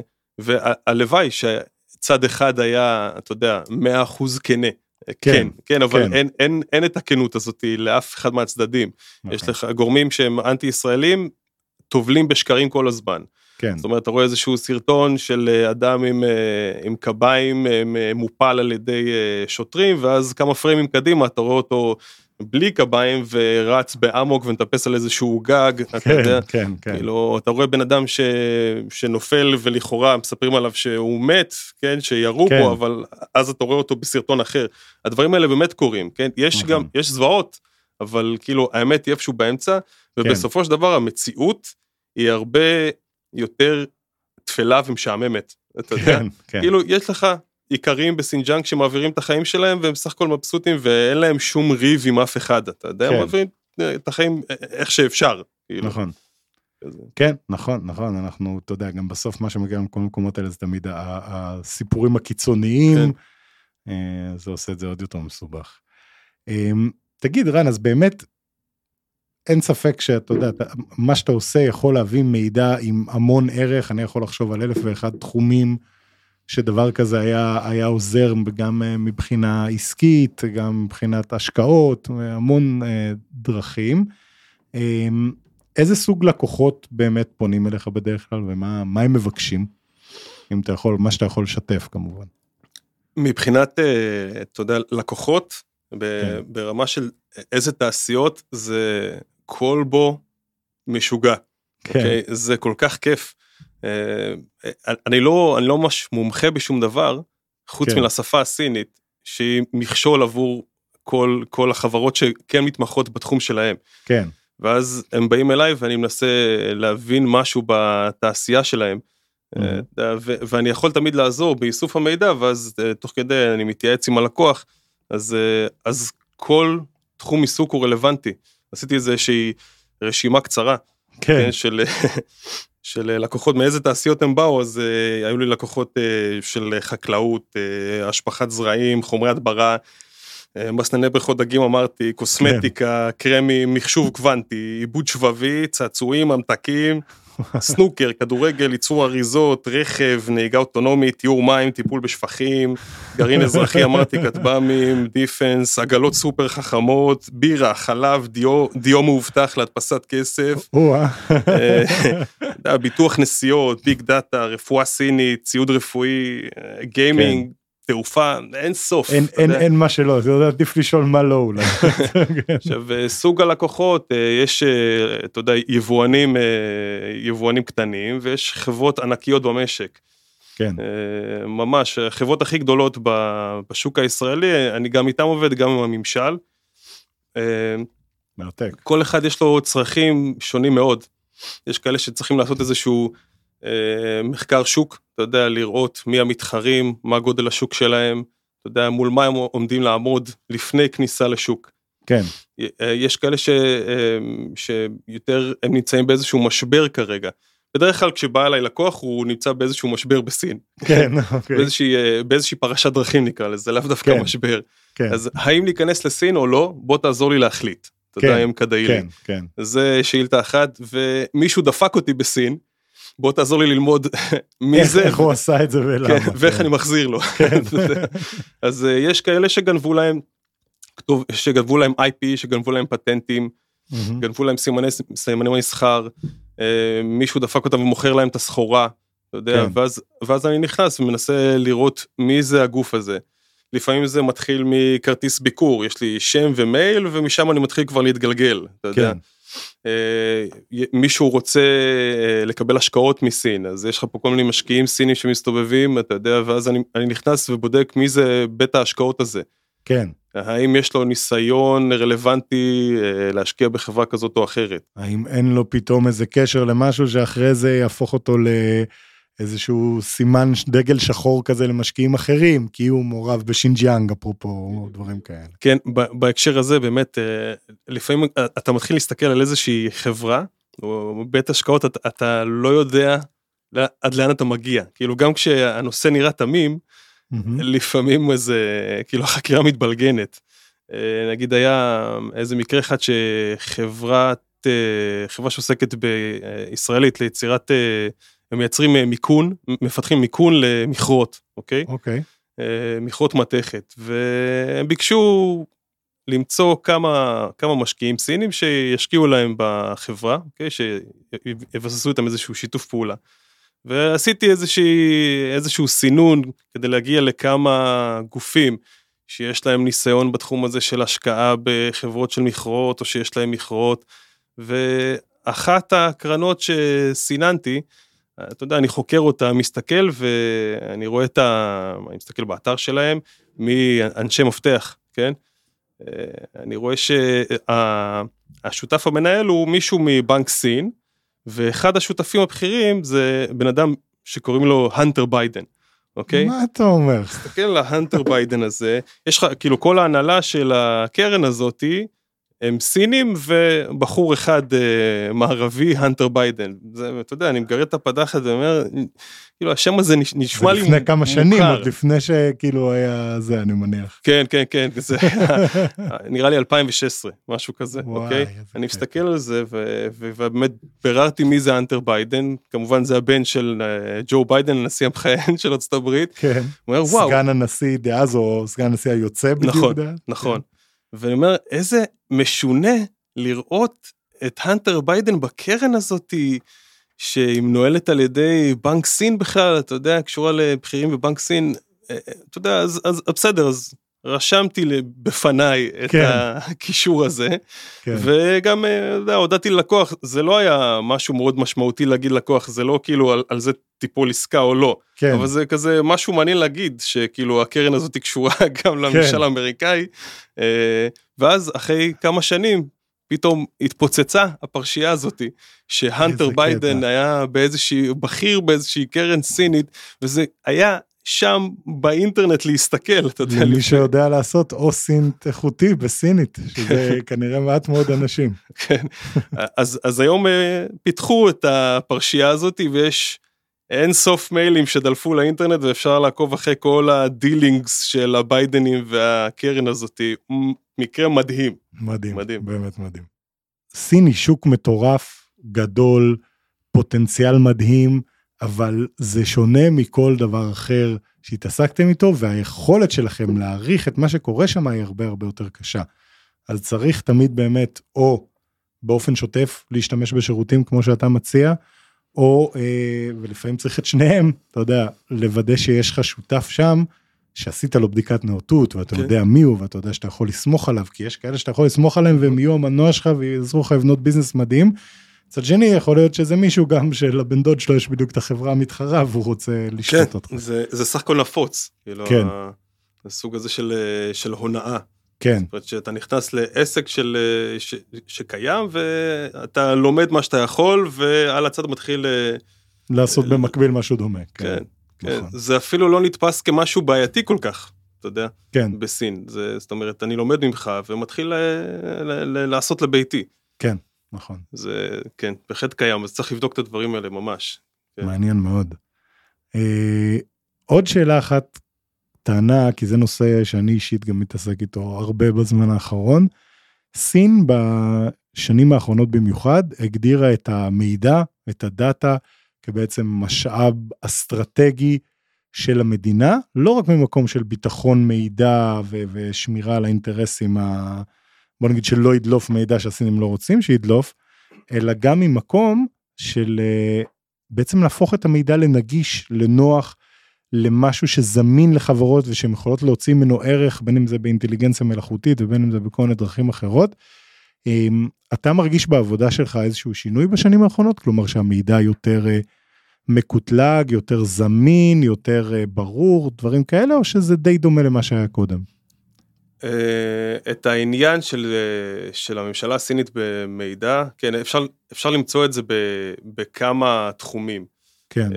Speaker 4: והלוואי שצד אחד היה, אתה יודע, מאה אחוז כנה, כן, כן, כן, אבל
Speaker 3: כן.
Speaker 4: אין, אין, אין את הכנות הזאת לאף אחד מהצדדים,
Speaker 3: נכון.
Speaker 4: יש לך גורמים שהם אנטי-ישראלים, טובלים בשקרים כל הזמן,
Speaker 3: כן.
Speaker 4: זאת אומרת, אתה רואה איזשהו סרטון של אדם עם, עם קביים מופל על ידי שוטרים, ואז כמה פריימים קדימה, אתה רואה אותו בלי קביים, ורץ באמוק ונטפס על איזשהו גג,
Speaker 3: כן,
Speaker 4: אתה יודע,
Speaker 3: כן, כן.
Speaker 4: כאילו, אתה רואה בן אדם ש, שנופל ולכאורה מספרים עליו שהוא מת, כן, שירו
Speaker 3: כן.
Speaker 4: בו, אבל אז אתה רואה אותו בסרטון אחר. הדברים האלה באמת קורים, כן, יש
Speaker 3: נכון.
Speaker 4: גם, יש זוועות, אבל כאילו, האמת היא איפשהו באמצע, ובסופו של דבר המציאות היא הרבה יותר תפלה ומשעממת, אתה יודע,
Speaker 3: כן, כן.
Speaker 4: כאילו יש לך עיקרים בסינג'אנג שמעבירים את החיים שלהם, והם סך הכל מבסוטים, ואין להם שום ריב עם אף אחד, אתה יודע,
Speaker 3: כן.
Speaker 4: הם מעבירים את החיים איך שאפשר. כאילו.
Speaker 3: נכון.
Speaker 4: כזה.
Speaker 3: כן, נכון, נכון, אנחנו, אתה יודע, גם בסוף מה שמגיע לכל מקומות האלה, זה תמיד ה- ה- הסיפורים הקיצוניים,
Speaker 4: כן.
Speaker 3: אה, זה עושה את זה עוד יותר מסובך. אה, תגיד, רן, אז באמת, אין ספק שאתה יודע, אתה, מה שאתה עושה יכול להביא מידע עם המון ערך, אני יכול לחשוב על אלף ואחד תחומים, שדבר כזה היה, היה עוזר גם מבחינה עסקית, גם מבחינת השקעות, המון אה, דרכים. אה, איזה סוג לקוחות באמת פונים אליך בדרך כלל, ומה מה הם מבקשים? אם אתה יכול, מה שאתה יכול לשתף כמובן.
Speaker 4: מבחינת, אתה יודע, לקוחות,
Speaker 3: כן.
Speaker 4: ברמה של איזה תעשיות, זה כל בו משוגע.
Speaker 3: כן.
Speaker 4: Okay? זה כל כך כיף. אני לא, אני לא ממש מומחה בשום דבר, חוץ
Speaker 3: כן.
Speaker 4: מלשפה הסינית, שהיא מכשול עבור כל, כל החברות שכן מתמחות בתחום שלהם.
Speaker 3: כן.
Speaker 4: ואז הם באים אליי ואני מנסה להבין משהו בתעשייה שלהם,
Speaker 3: Mm-hmm.
Speaker 4: ו- ואני יכול תמיד לעזור באיסוף המידע, ואז תוך כדי אני מתייעץ עם הלקוח, אז, אז כל תחום עיסוק הוא רלוונטי. עשיתי איזושהי רשימה קצרה,
Speaker 3: כן.
Speaker 4: של, של לקוחות, מאיזה תעשיות הם באו, אז היו לי לקוחות של חקלאות, השפחת זרעים, חומרי הדברה, מסנני בריכות דגים אמרתי, קוסמטיקה, קרמי, מחשוב קוונטי, עיבוד שבבי, צעצועים, ממתקים, סנוקר, כדורגל, ייצור אריזות, רכב, נהיגה אוטונומית, טיהור מים, טיפול בשפכים, גרעין אזרחי, אמרתי, כטב"מים, דיפנס, עגלות סופר חכמות, בירה, חלב, דיו, דיו מאובטח להדפסת כסף, ביטוח נסיעות, ביג דאטה, רפואה סינית, ציוד רפואי, גיימינג, תעופה, אין סוף.
Speaker 3: אין, אין, אין מה שלא, זה עדיף לשאול מה לא אולי.
Speaker 4: עכשיו, סוג הלקוחות, יש, אתה יודע, יבואנים, יבואנים קטנים, ויש חברות ענקיות במשק.
Speaker 3: כן.
Speaker 4: ממש, החברות הכי גדולות בשוק הישראלי, אני גם איתם עובד, גם עם הממשל.
Speaker 3: מרתק.
Speaker 4: כל אחד יש לו צרכים שונים מאוד. יש כאלה שצריכים לעשות איזשהו מחקר שוק, אתה יודע, לראות מי המתחרים, מה גודל השוק שלהם, אתה יודע, מול מה הם עומדים לעמוד לפני כניסה לשוק.
Speaker 3: כן.
Speaker 4: יש כאלה ש, שיותר הם נמצאים באיזשהו משבר כרגע. בדרך כלל כשבא אליי לקוח הוא נמצא באיזשהו משבר בסין.
Speaker 3: כן, אוקיי.
Speaker 4: באיזושהי, באיזושהי פרשת דרכים נקרא לזה, לאו דווקא
Speaker 3: כן. משבר.
Speaker 4: כן. אז האם להיכנס לסין או לא, בוא תעזור לי להחליט. אתה יודע, אם כדאי לי.
Speaker 3: כן, כן.
Speaker 4: זה שאילתה אחת, ומישהו דפק אותי בסין, בוא תעזור לי ללמוד מי זה.
Speaker 3: איך הוא עשה את זה ולמה.
Speaker 4: ואיך אני מחזיר לו. אז יש כאלה שגנבו להם, שגנבו להם איי פי, שגנבו להם פטנטים, גנבו להם סימני מסחר, מישהו דפק אותם ומוכר להם את הסחורה, אתה יודע, ואז אני נכנס ומנסה לראות מי זה הגוף הזה. לפעמים זה מתחיל מכרטיס ביקור, יש לי שם ומייל, ומשם אני מתחיל כבר להתגלגל, אתה יודע. מישהו רוצה לקבל השקעות מסין, אז יש לך פה כל מיני משקיעים סינים שמסתובבים, אתה יודע, ואז אני, אני נכנס ובודק מי זה בית ההשקעות הזה.
Speaker 3: כן.
Speaker 4: האם יש לו ניסיון רלוונטי להשקיע בחברה כזאת או אחרת?
Speaker 3: האם אין לו פתאום איזה קשר למשהו שאחרי זה יהפוך אותו לאיזשהו סימן דגל שחור כזה למשקיעים אחרים, כי הוא מעורב בשינג'יאנג, אפרופו, או דברים כאלה.
Speaker 4: כן, בהקשר הזה באמת, לפעמים אתה מתחיל להסתכל על איזושהי חברה, או בית השקעות, אתה, אתה לא יודע עד לאן אתה מגיע. כאילו גם כשהנושא נראה תמים, Mm-hmm. לפעמים איזה, כאילו החקירה מתבלגנת. נגיד היה איזה מקרה אחד שחברת, חברה שעוסקת בישראלית ליצירת, הם מייצרים מיקון, מפתחים מיקון למכרות, אוקיי?
Speaker 3: אוקיי.
Speaker 4: מכרות מתכת, והם ביקשו למצוא כמה, כמה משקיעים סינים שישקיעו להם בחברה, אוקיי? שיבססו איתם איזשהו שיתוף פעולה. ועשיתי איזושהי, איזשהו סינון כדי להגיע לכמה גופים שיש להם ניסיון בתחום הזה של השקעה בחברות של מכרות, או שיש להם מכרות, ואחת הקרנות שסיננתי, אתה יודע, אני חוקר אותה, מסתכל, ואני רואה את ה... אני מסתכל באתר שלהם, מאנשי מפתח, כן? אני רואה שהשותף המנהל הוא מישהו מבנק סין, ואחד השותפים הבכירים זה בן אדם שקוראים לו הנטר ביידן, אוקיי?
Speaker 3: מה אתה אומר?
Speaker 4: תסתכל על ההנטר ביידן הזה, יש לך, כאילו כל ההנהלה של הקרן הזאת, הם סינים ובחור אחד מערבי, הנטר ביידן. זה, אתה יודע, אני מגרד את הפדחת ואומר, כאילו השם הזה נשמע לי
Speaker 3: מוכר. לפני כמה שנים, עוד לפני שכאילו היה זה, אני מניח.
Speaker 4: כן, כן, כן, זה נראה לי אלפיים ושש עשרה, משהו כזה, אוקיי? אני מסתכל על זה, ובאמת ביררתי מי זה הנטר ביידן, כמובן זה הבן של ג'ו ביידן, הנשיא המכהן של ארצות הברית.
Speaker 3: כן, סגן הנשיא דאז, או סגן הנשיא היוצא בדיוק דאז.
Speaker 4: נכון, נכון. ואני אומר, איזה משונה לראות את הנטר ביידן בקרן הזאת, שהיא מנוהלת על ידי בנק סין בכלל, אתה יודע, קשורה לבחירים בבנק סין, אתה יודע, אז, אז בסדר, אז רשמתי בפניי את כן. הקישור הזה, כן. וגם, אתה יודע, הודעתי ללקוח, זה לא היה משהו מאוד משמעותי להגיד לקוח, זה לא כאילו על, על זה טיפול עסקה או לא, כן. אבל זה כזה משהו מעניין להגיד, שכאילו הקרן הזאת היא קשורה גם לממשל כן. האמריקאי, ואז אחרי כמה שנים, פתאום התפוצצה הפרשייה הזאת, שהנטר ביידן קטע. היה באיזושהי, בכיר באיזושהי קרן סינית, וזה היה שם באינטרנט להסתכל, אתה יודע.
Speaker 3: מי שיודע לעשות או סינט איכותי בסינית, שזה כנראה מעט מאוד אנשים.
Speaker 4: כן, אז, אז היום פיתחו את הפרשייה הזאת, ויש אין סוף מיילים שדלפו לאינטרנט, ואפשר לעקוב אחרי כל הדילינגס של הביידנים והקרן הזאת, מקרה מדהים.
Speaker 3: מדהים, מדהים. באמת מדהים. סין היא שוק מטורף, גדול, פוטנציאל מדהים, אבל זה שונה מכל דבר אחר שהתעסקתם איתו, והיכולת שלכם להעריך את מה שקורה שם היא הרבה הרבה יותר קשה. אז צריך תמיד באמת, או באופן שוטף, להשתמש בשירותים כמו שאתה מציע, או, ולפעמים צריך את שניהם, אתה יודע, לוודא שיש לך שותף שם, שעשית לו בדיקת נאותות, ואתה
Speaker 4: כן.
Speaker 3: יודע מי הוא, ואתה יודע שאתה יכול לסמוך עליו, כי יש כאלה שאתה יכול לסמוך עליהם, והם יהיו המנוע שלך, ויעזרו לך לבנות ביזנס מדהים. צד שני, יכול להיות שזה מישהו גם שלבן דוד שלו יש בדיוק את החברה המתחרה, והוא רוצה לשתות אותך.
Speaker 4: כן, זה, זה סך הכל נפוץ.
Speaker 3: כן.
Speaker 4: הסוג הזה של, של הונאה.
Speaker 3: כן.
Speaker 4: זאת אומרת שאתה נכנס לעסק של, ש, שקיים, ואתה לומד מה שאתה יכול, ועל הצד מתחיל...
Speaker 3: לעשות במקביל משהו דומה.
Speaker 4: כן, כן. זה אפילו לא נתפס כמשהו בעייתי כל כך, אתה יודע,
Speaker 3: כן.
Speaker 4: בסין. זה, זאת אומרת, אני לומד ממך, ומתחיל ל, ל, ל, לעשות לביתי.
Speaker 3: כן, נכון.
Speaker 4: זה, כן, בהחלט קיים, אז צריך לבדוק את הדברים האלה ממש. כן.
Speaker 3: מעניין מאוד. אה, עוד שאלה אחת, טענה, כי זה נושא שאני אישית גם מתעסק איתו הרבה בזמן האחרון, סין בשנים האחרונות במיוחד, הגדירה את המידע, את הדאטה, כבעצם משאב אסטרטגי של המדינה, לא רק ממקום של ביטחון מידע ו- ושמירה על האינטרסים, ה... בוא נגיד שלא ידלוף מידע שהסינים לא רוצים שידלוף, אלא גם ממקום של בעצם להפוך את המידע לנגיש, לנוח, למשהו שזמין לחברות ושהן יכולות להוציא ממנו ערך, בין אם זה באינטליגנציה מלאכותית ובין אם זה בכל מיני דרכים אחרות. אתה מרגיש בעבודה שלך איזשהו שינוי בשנים האחרונות? כלומר שהמידע יותר מקוטלג, יותר זמין, יותר ברור, דברים כאלה, או שזה די דומה למה שהיה קודם?
Speaker 4: את העניין של, של הממשלה הסינית במידע, כן, אפשר, אפשר למצוא את זה בכמה תחומים.
Speaker 3: כן.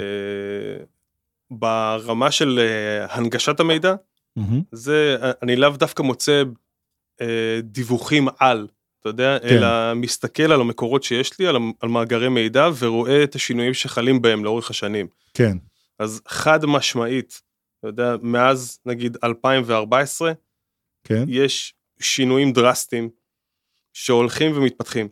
Speaker 4: ברמה של הנגשת המידע, mm-hmm. זה, אני לאו דווקא מוצא דיווחים על, אתה יודע, כן. אלא מסתכל על המקורות שיש לי, על, על מאגרי מידע, ורואה את השינויים שחלים בהם לאורך השנים.
Speaker 3: כן.
Speaker 4: אז חד משמעית, אתה יודע, מאז נגיד אלפיים וארבע עשרה, כן. יש שינויים דרסטיים, שהולכים ומתפתחים.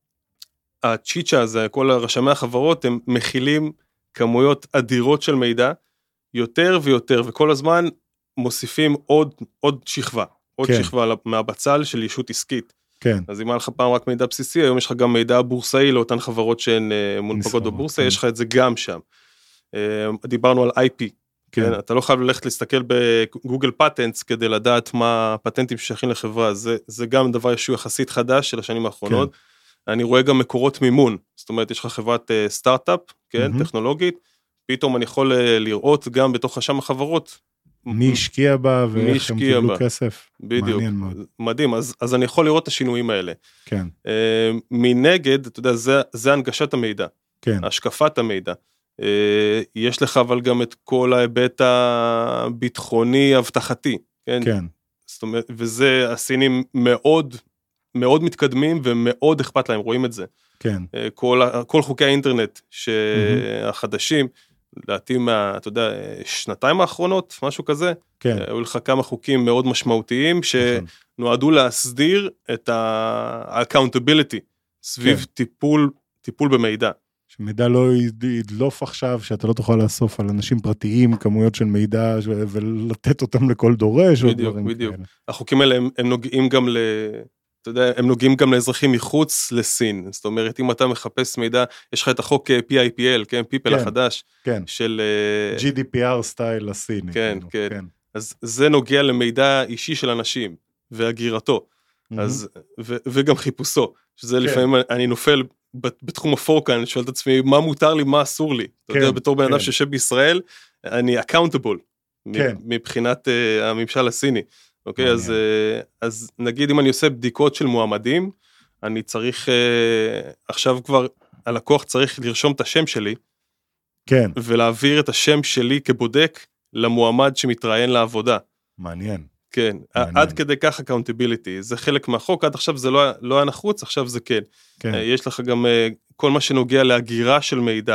Speaker 4: הצ'יצ'ה הזה, כל רשמי החברות, הם מכילים כמויות אדירות של מידע, יותר ויותר, וכל הזמן מוסיפים עוד, עוד שכבה, עוד כן. שכבה מהבצל של ישות עסקית.
Speaker 3: כן.
Speaker 4: אז אם היה לך פעם רק מידע בסיסי, היום יש לך גם מידע בורסאי לאותן חברות שהן מונפקות בבורסה, כן. יש לך את זה גם שם. דיברנו על איי פי, כן. כן? אתה לא חייב ללכת להסתכל בגוגל פטנטס, כדי לדעת מה הפטנטים ששייכים לחברה, זה, זה גם דבר שהוא יחסית חדש של השנים האחרונות. כן. אני רואה גם מקורות מימון, זאת אומרת, יש לך חברת סטארט-אפ, כן, mm-hmm. טכנולוגית, פתאום אני יכול לראות גם בתוך השם החברות.
Speaker 3: מי השקיע בה ואיך הם קיבלו בה. כסף.
Speaker 4: בדיוק, מדהים, אז, אז אני יכול לראות את השינויים האלה.
Speaker 3: כן.
Speaker 4: Uh, מנגד, אתה יודע, זה, זה הנגשת המידע,
Speaker 3: כן.
Speaker 4: השקפת המידע. Uh, יש לך אבל גם את כל ההיבט הביטחוני, הבטחתי, כן?
Speaker 3: כן.
Speaker 4: זאת אומרת, וזה הסינים מאוד, מאוד מתקדמים ומאוד אכפת להם, רואים את זה.
Speaker 3: כן.
Speaker 4: Uh, כל, כל חוקי האינטרנט שהחדשים, לדעתי מה, אתה יודע, שנתיים האחרונות, משהו כזה,
Speaker 3: כן.
Speaker 4: היו לך כמה חוקים מאוד משמעותיים, שנועדו להסדיר את ה-accountability, סביב כן. טיפול, טיפול במידע.
Speaker 3: שמידע לא ידלוף עכשיו, שאתה לא תוכל לאסוף על אנשים פרטיים, כמויות של מידע, ולתת אותם לכל דורש.
Speaker 4: בדיוק, בדיוק. כאלה. החוקים האלה הם, הם נוגעים גם ל... אתה יודע, הם נוגעים גם לאזרחים מחוץ לסין, זאת אומרת, אם אתה מחפש מידע, יש לך את החוק פי איי פי אל, כן, פיפל
Speaker 3: כן,
Speaker 4: החדש,
Speaker 3: כן.
Speaker 4: של...
Speaker 3: ג'י די פי אר סטייל לסיני.
Speaker 4: כן, כן, כן. אז זה נוגע למידע אישי של אנשים, והגירתו, mm-hmm. אז, ו, וגם חיפושו, שזה כן. לפעמים אני נופל בתחום הפורקן, שואל את עצמי, מה מותר לי, מה אסור לי? כן, אתה יודע, בתור בן אדם כן. שיושב בישראל, אני accountable, כן. מבחינת uh, הממשל הסיני. אוקיי, אז, אז נגיד אם אני עושה בדיקות של מועמדים, אני צריך, עכשיו כבר הלקוח צריך לרשום את השם שלי,
Speaker 3: כן.
Speaker 4: ולהעביר את השם שלי כבודק למועמד שמתראיין לעבודה.
Speaker 3: מעניין.
Speaker 4: כן, מעניין. עד כדי כך accountability, זה חלק מהחוק, עד עכשיו זה לא, לא היה נחוץ, עכשיו זה כן. כן. יש לך גם כל מה שנוגע להגירה של מידע.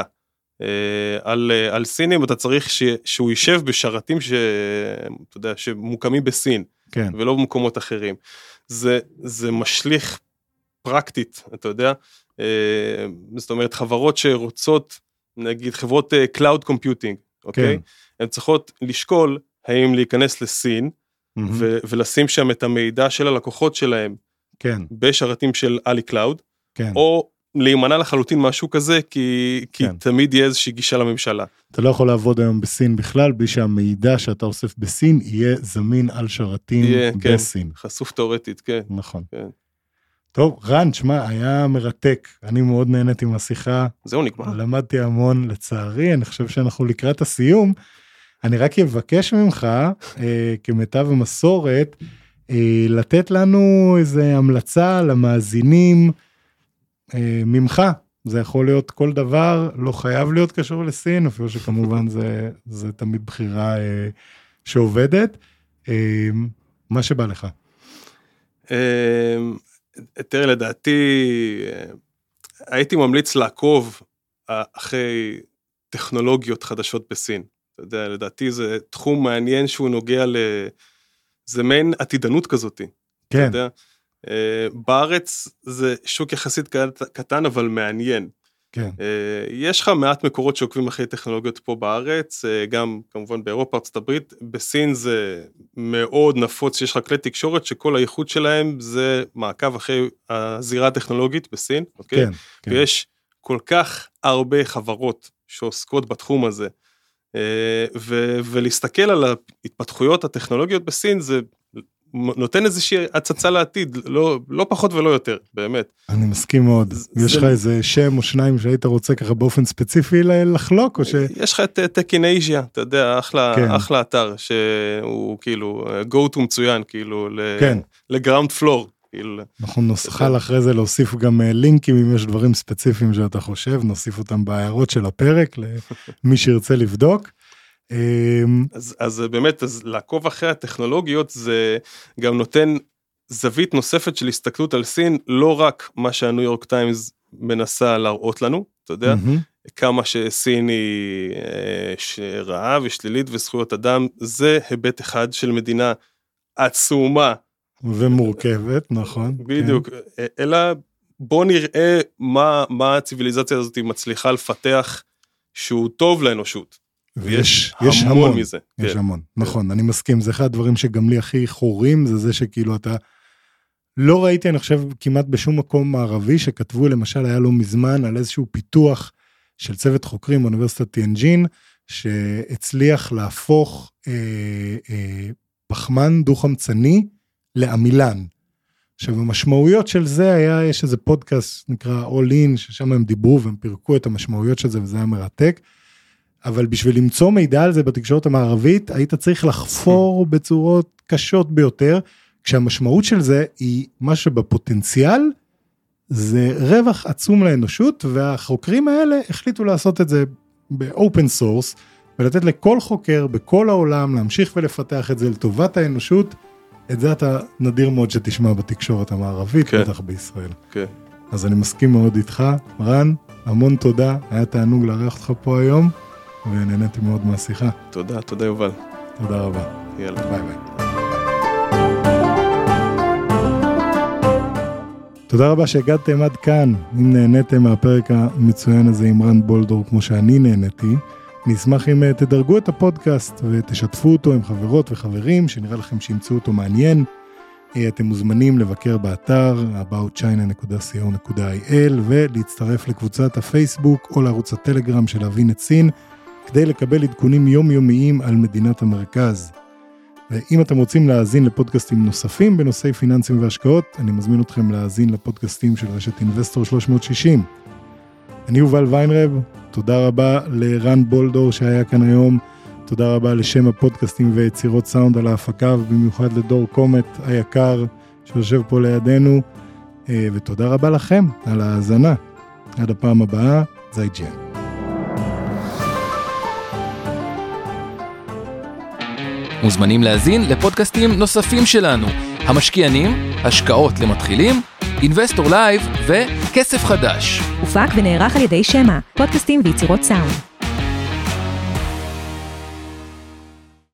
Speaker 4: על, על סינים, אתה צריך ש, שהוא יישב בשרתים ש, אתה יודע, שמוקמים בסין,
Speaker 3: כן.
Speaker 4: ולא במקומות אחרים. זה, זה משליך פרקטית, אתה יודע, זאת אומרת, חברות שרוצות, נגיד, חברות Cloud Computing, אוקיי?
Speaker 3: כן.
Speaker 4: הן צריכות לשקול האם להיכנס לסין, mm-hmm. ו, ולשים שם את המידע של הלקוחות שלהם,
Speaker 3: כן.
Speaker 4: בשרתים של אלי קלאוד,
Speaker 3: כן.
Speaker 4: או להימנע לחלוטין משהו כזה, כי, כי
Speaker 3: כן.
Speaker 4: תמיד יהיה איזושהי גישה לממשלה.
Speaker 3: אתה לא יכול לעבוד היום בסין בכלל, בלי שהמידע שאתה אוסף בסין, יהיה זמין על שרתים
Speaker 4: יהיה,
Speaker 3: בסין.
Speaker 4: כן, חשוף תיאורטית, כן.
Speaker 3: נכון.
Speaker 4: כן.
Speaker 3: טוב, רן, שמה, היה מרתק. אני מאוד נהניתי מהשיחה.
Speaker 4: זהו, נגמר.
Speaker 3: למדתי המון, לצערי, אני חושב שאנחנו לקראת הסיום. אני רק אבקש ממך, אה, כמיטב המסורת, אה, לתת לנו איזו המלצה למאזינים אה, ממך. זה יכול להיות כל דבר, לא חייב להיות קשור לסין, אפילו שכמובן זה, זה תמיד בחירה אה, שעובדת. אה, מה שבא לך.
Speaker 4: אה, תראה, לדעתי, הייתי ממליץ לעקוב אחרי טכנולוגיות חדשות בסין. אתה יודע, לדעתי זה תחום מעניין שהוא נוגע ל... זה מעין עתידנות כזאת.
Speaker 3: כן.
Speaker 4: אתה יודע, בארץ זה שוק יחסית קטן, אבל מעניין.
Speaker 3: כן.
Speaker 4: יש לך מעט מקורות שעוקבים אחרי טכנולוגיות פה בארץ, גם כמובן באירופה, ארצות הברית, בסין זה מאוד נפוץ, שיש לך כלי תקשורת שכל הייחוד שלהם זה מעקב אחרי הזירה הטכנולוגית בסין, אוקיי?
Speaker 3: כן, כן.
Speaker 4: ויש כל כך הרבה חברות שעוסקות בתחום הזה, ו- ולהסתכל על ההתפתחויות הטכנולוגיות בסין, זה נותן איזושהי הצצה לעתיד, לא, לא פחות ולא יותר, באמת.
Speaker 3: אני מסכים מאוד.
Speaker 4: זה,
Speaker 3: יש לך איזה שם או שניים שהיית רוצה ככה באופן ספציפי לחלוק, או ש...
Speaker 4: יש לך את Tech in Asia, אתה יודע, אחלה,
Speaker 3: כן.
Speaker 4: אחלה אתר, שהוא כאילו, go to מצוין, כאילו,
Speaker 3: כן.
Speaker 4: לגראונד פלור. כאילו.
Speaker 3: אנחנו נוכל אחרי זה להוסיף גם לינקים, אם יש דברים ספציפיים שאתה חושב, נוסיף אותם בהערות של הפרק, למי שירצה לבדוק.
Speaker 4: אז, אז באמת, אז לעקוב אחרי הטכנולוגיות, זה גם נותן זווית נוספת של הסתכלות על סין, לא רק מה שהניו יורק טיימס מנסה להראות לנו, אתה יודע, mm-hmm. כמה שסין היא רעה ושלילית וזכויות אדם, זה היבט אחד של מדינה עצומה.
Speaker 3: ומורכבת, נכון.
Speaker 4: בדיוק, כן. אלא בוא נראה מה, מה הציביליזציה הזאת מצליחה לפתח, שהוא טוב לאנושות. ויש יש המון, המון מזה.
Speaker 3: יש
Speaker 4: כן.
Speaker 3: המון, נכון, אני מסכים, זה אחד הדברים שגם לי הכי חורים, זה זה שכאילו אתה, לא ראיתי, אני חושב, כמעט בשום מקום מערבי, שכתבו למשל, היה לא מזמן, על איזשהו פיתוח של צוות חוקרים באוניברסיטת טיאנג'ין, שהצליח להפוך אה, אה, פחמן דו-חמצני לעמילן. עכשיו, המשמעויות של זה היה, יש איזה פודקאסט, נקרא All In, ששם הם דיברו והם פירקו את המשמעויות של זה, וזה היה מרתק. אבל בשביל למצוא מידע על זה בתקשורת המערבית, היית צריך לחפור בצורות קשות ביותר, כשהמשמעות של זה היא מה שבפוטנציאל, זה רווח עצום לאנושות, והחוקרים האלה החליטו לעשות את זה באופן סורס, ולתת לכל חוקר בכל העולם להמשיך ולפתח את זה לטובת האנושות, את זה אתה נדיר מאוד שתשמע בתקשורת המערבית, כן. בטח בישראל.
Speaker 4: כן.
Speaker 3: אז אני מסכים מאוד איתך, רן, המון תודה, היה תענוג לארח אותך פה היום, ונהניתי מאוד מהשיחה.
Speaker 4: תודה, תודה יובל.
Speaker 3: תודה רבה.
Speaker 4: יאללה.
Speaker 3: ביי ביי. תודה רבה שהגעתם עד כאן. אם נהניתם מהפרק המצוין הזה עם רן בולדור, כמו שאני נהניתי, נשמח אם תדרגו את הפודקאסט ותשתפו אותו עם חברות וחברים, שנראה לכם שימצאו אותו מעניין. אתם מוזמנים לבקר באתר about china dot co dot il ולהצטרף לקבוצת הפייסבוק או לערוץ הטלגרם של להבין את סין, כדי לקבל עדכונים יומיומיים על מדינת המרכז. ואם אתם רוצים להאזין לפודקאסטים נוספים בנושאי פיננסים והשקעות, אני מזמין אתכם להאזין לפודקאסטים של רשת אינבסטור שלוש מאות שישים. אני יובל ויינרב, תודה רבה לרן בולדור שהיה כאן היום, תודה רבה לשם הפודקאסטים ויצירות סאונד על ההפקה, ובמיוחד לדור קומט היקר שיושב פה לידינו, ותודה רבה לכם על ההאזנה. עד הפעם הבאה, זייג'יין.
Speaker 1: מוזמנים להזין לפודקאסטים נוספים שלנו, המשקיענים, השקעות למתחילים, אינבסטור לייב וכסף חדש.
Speaker 2: הופק ונערך על ידי שמה, פודקאסטים ויצירות סאונד.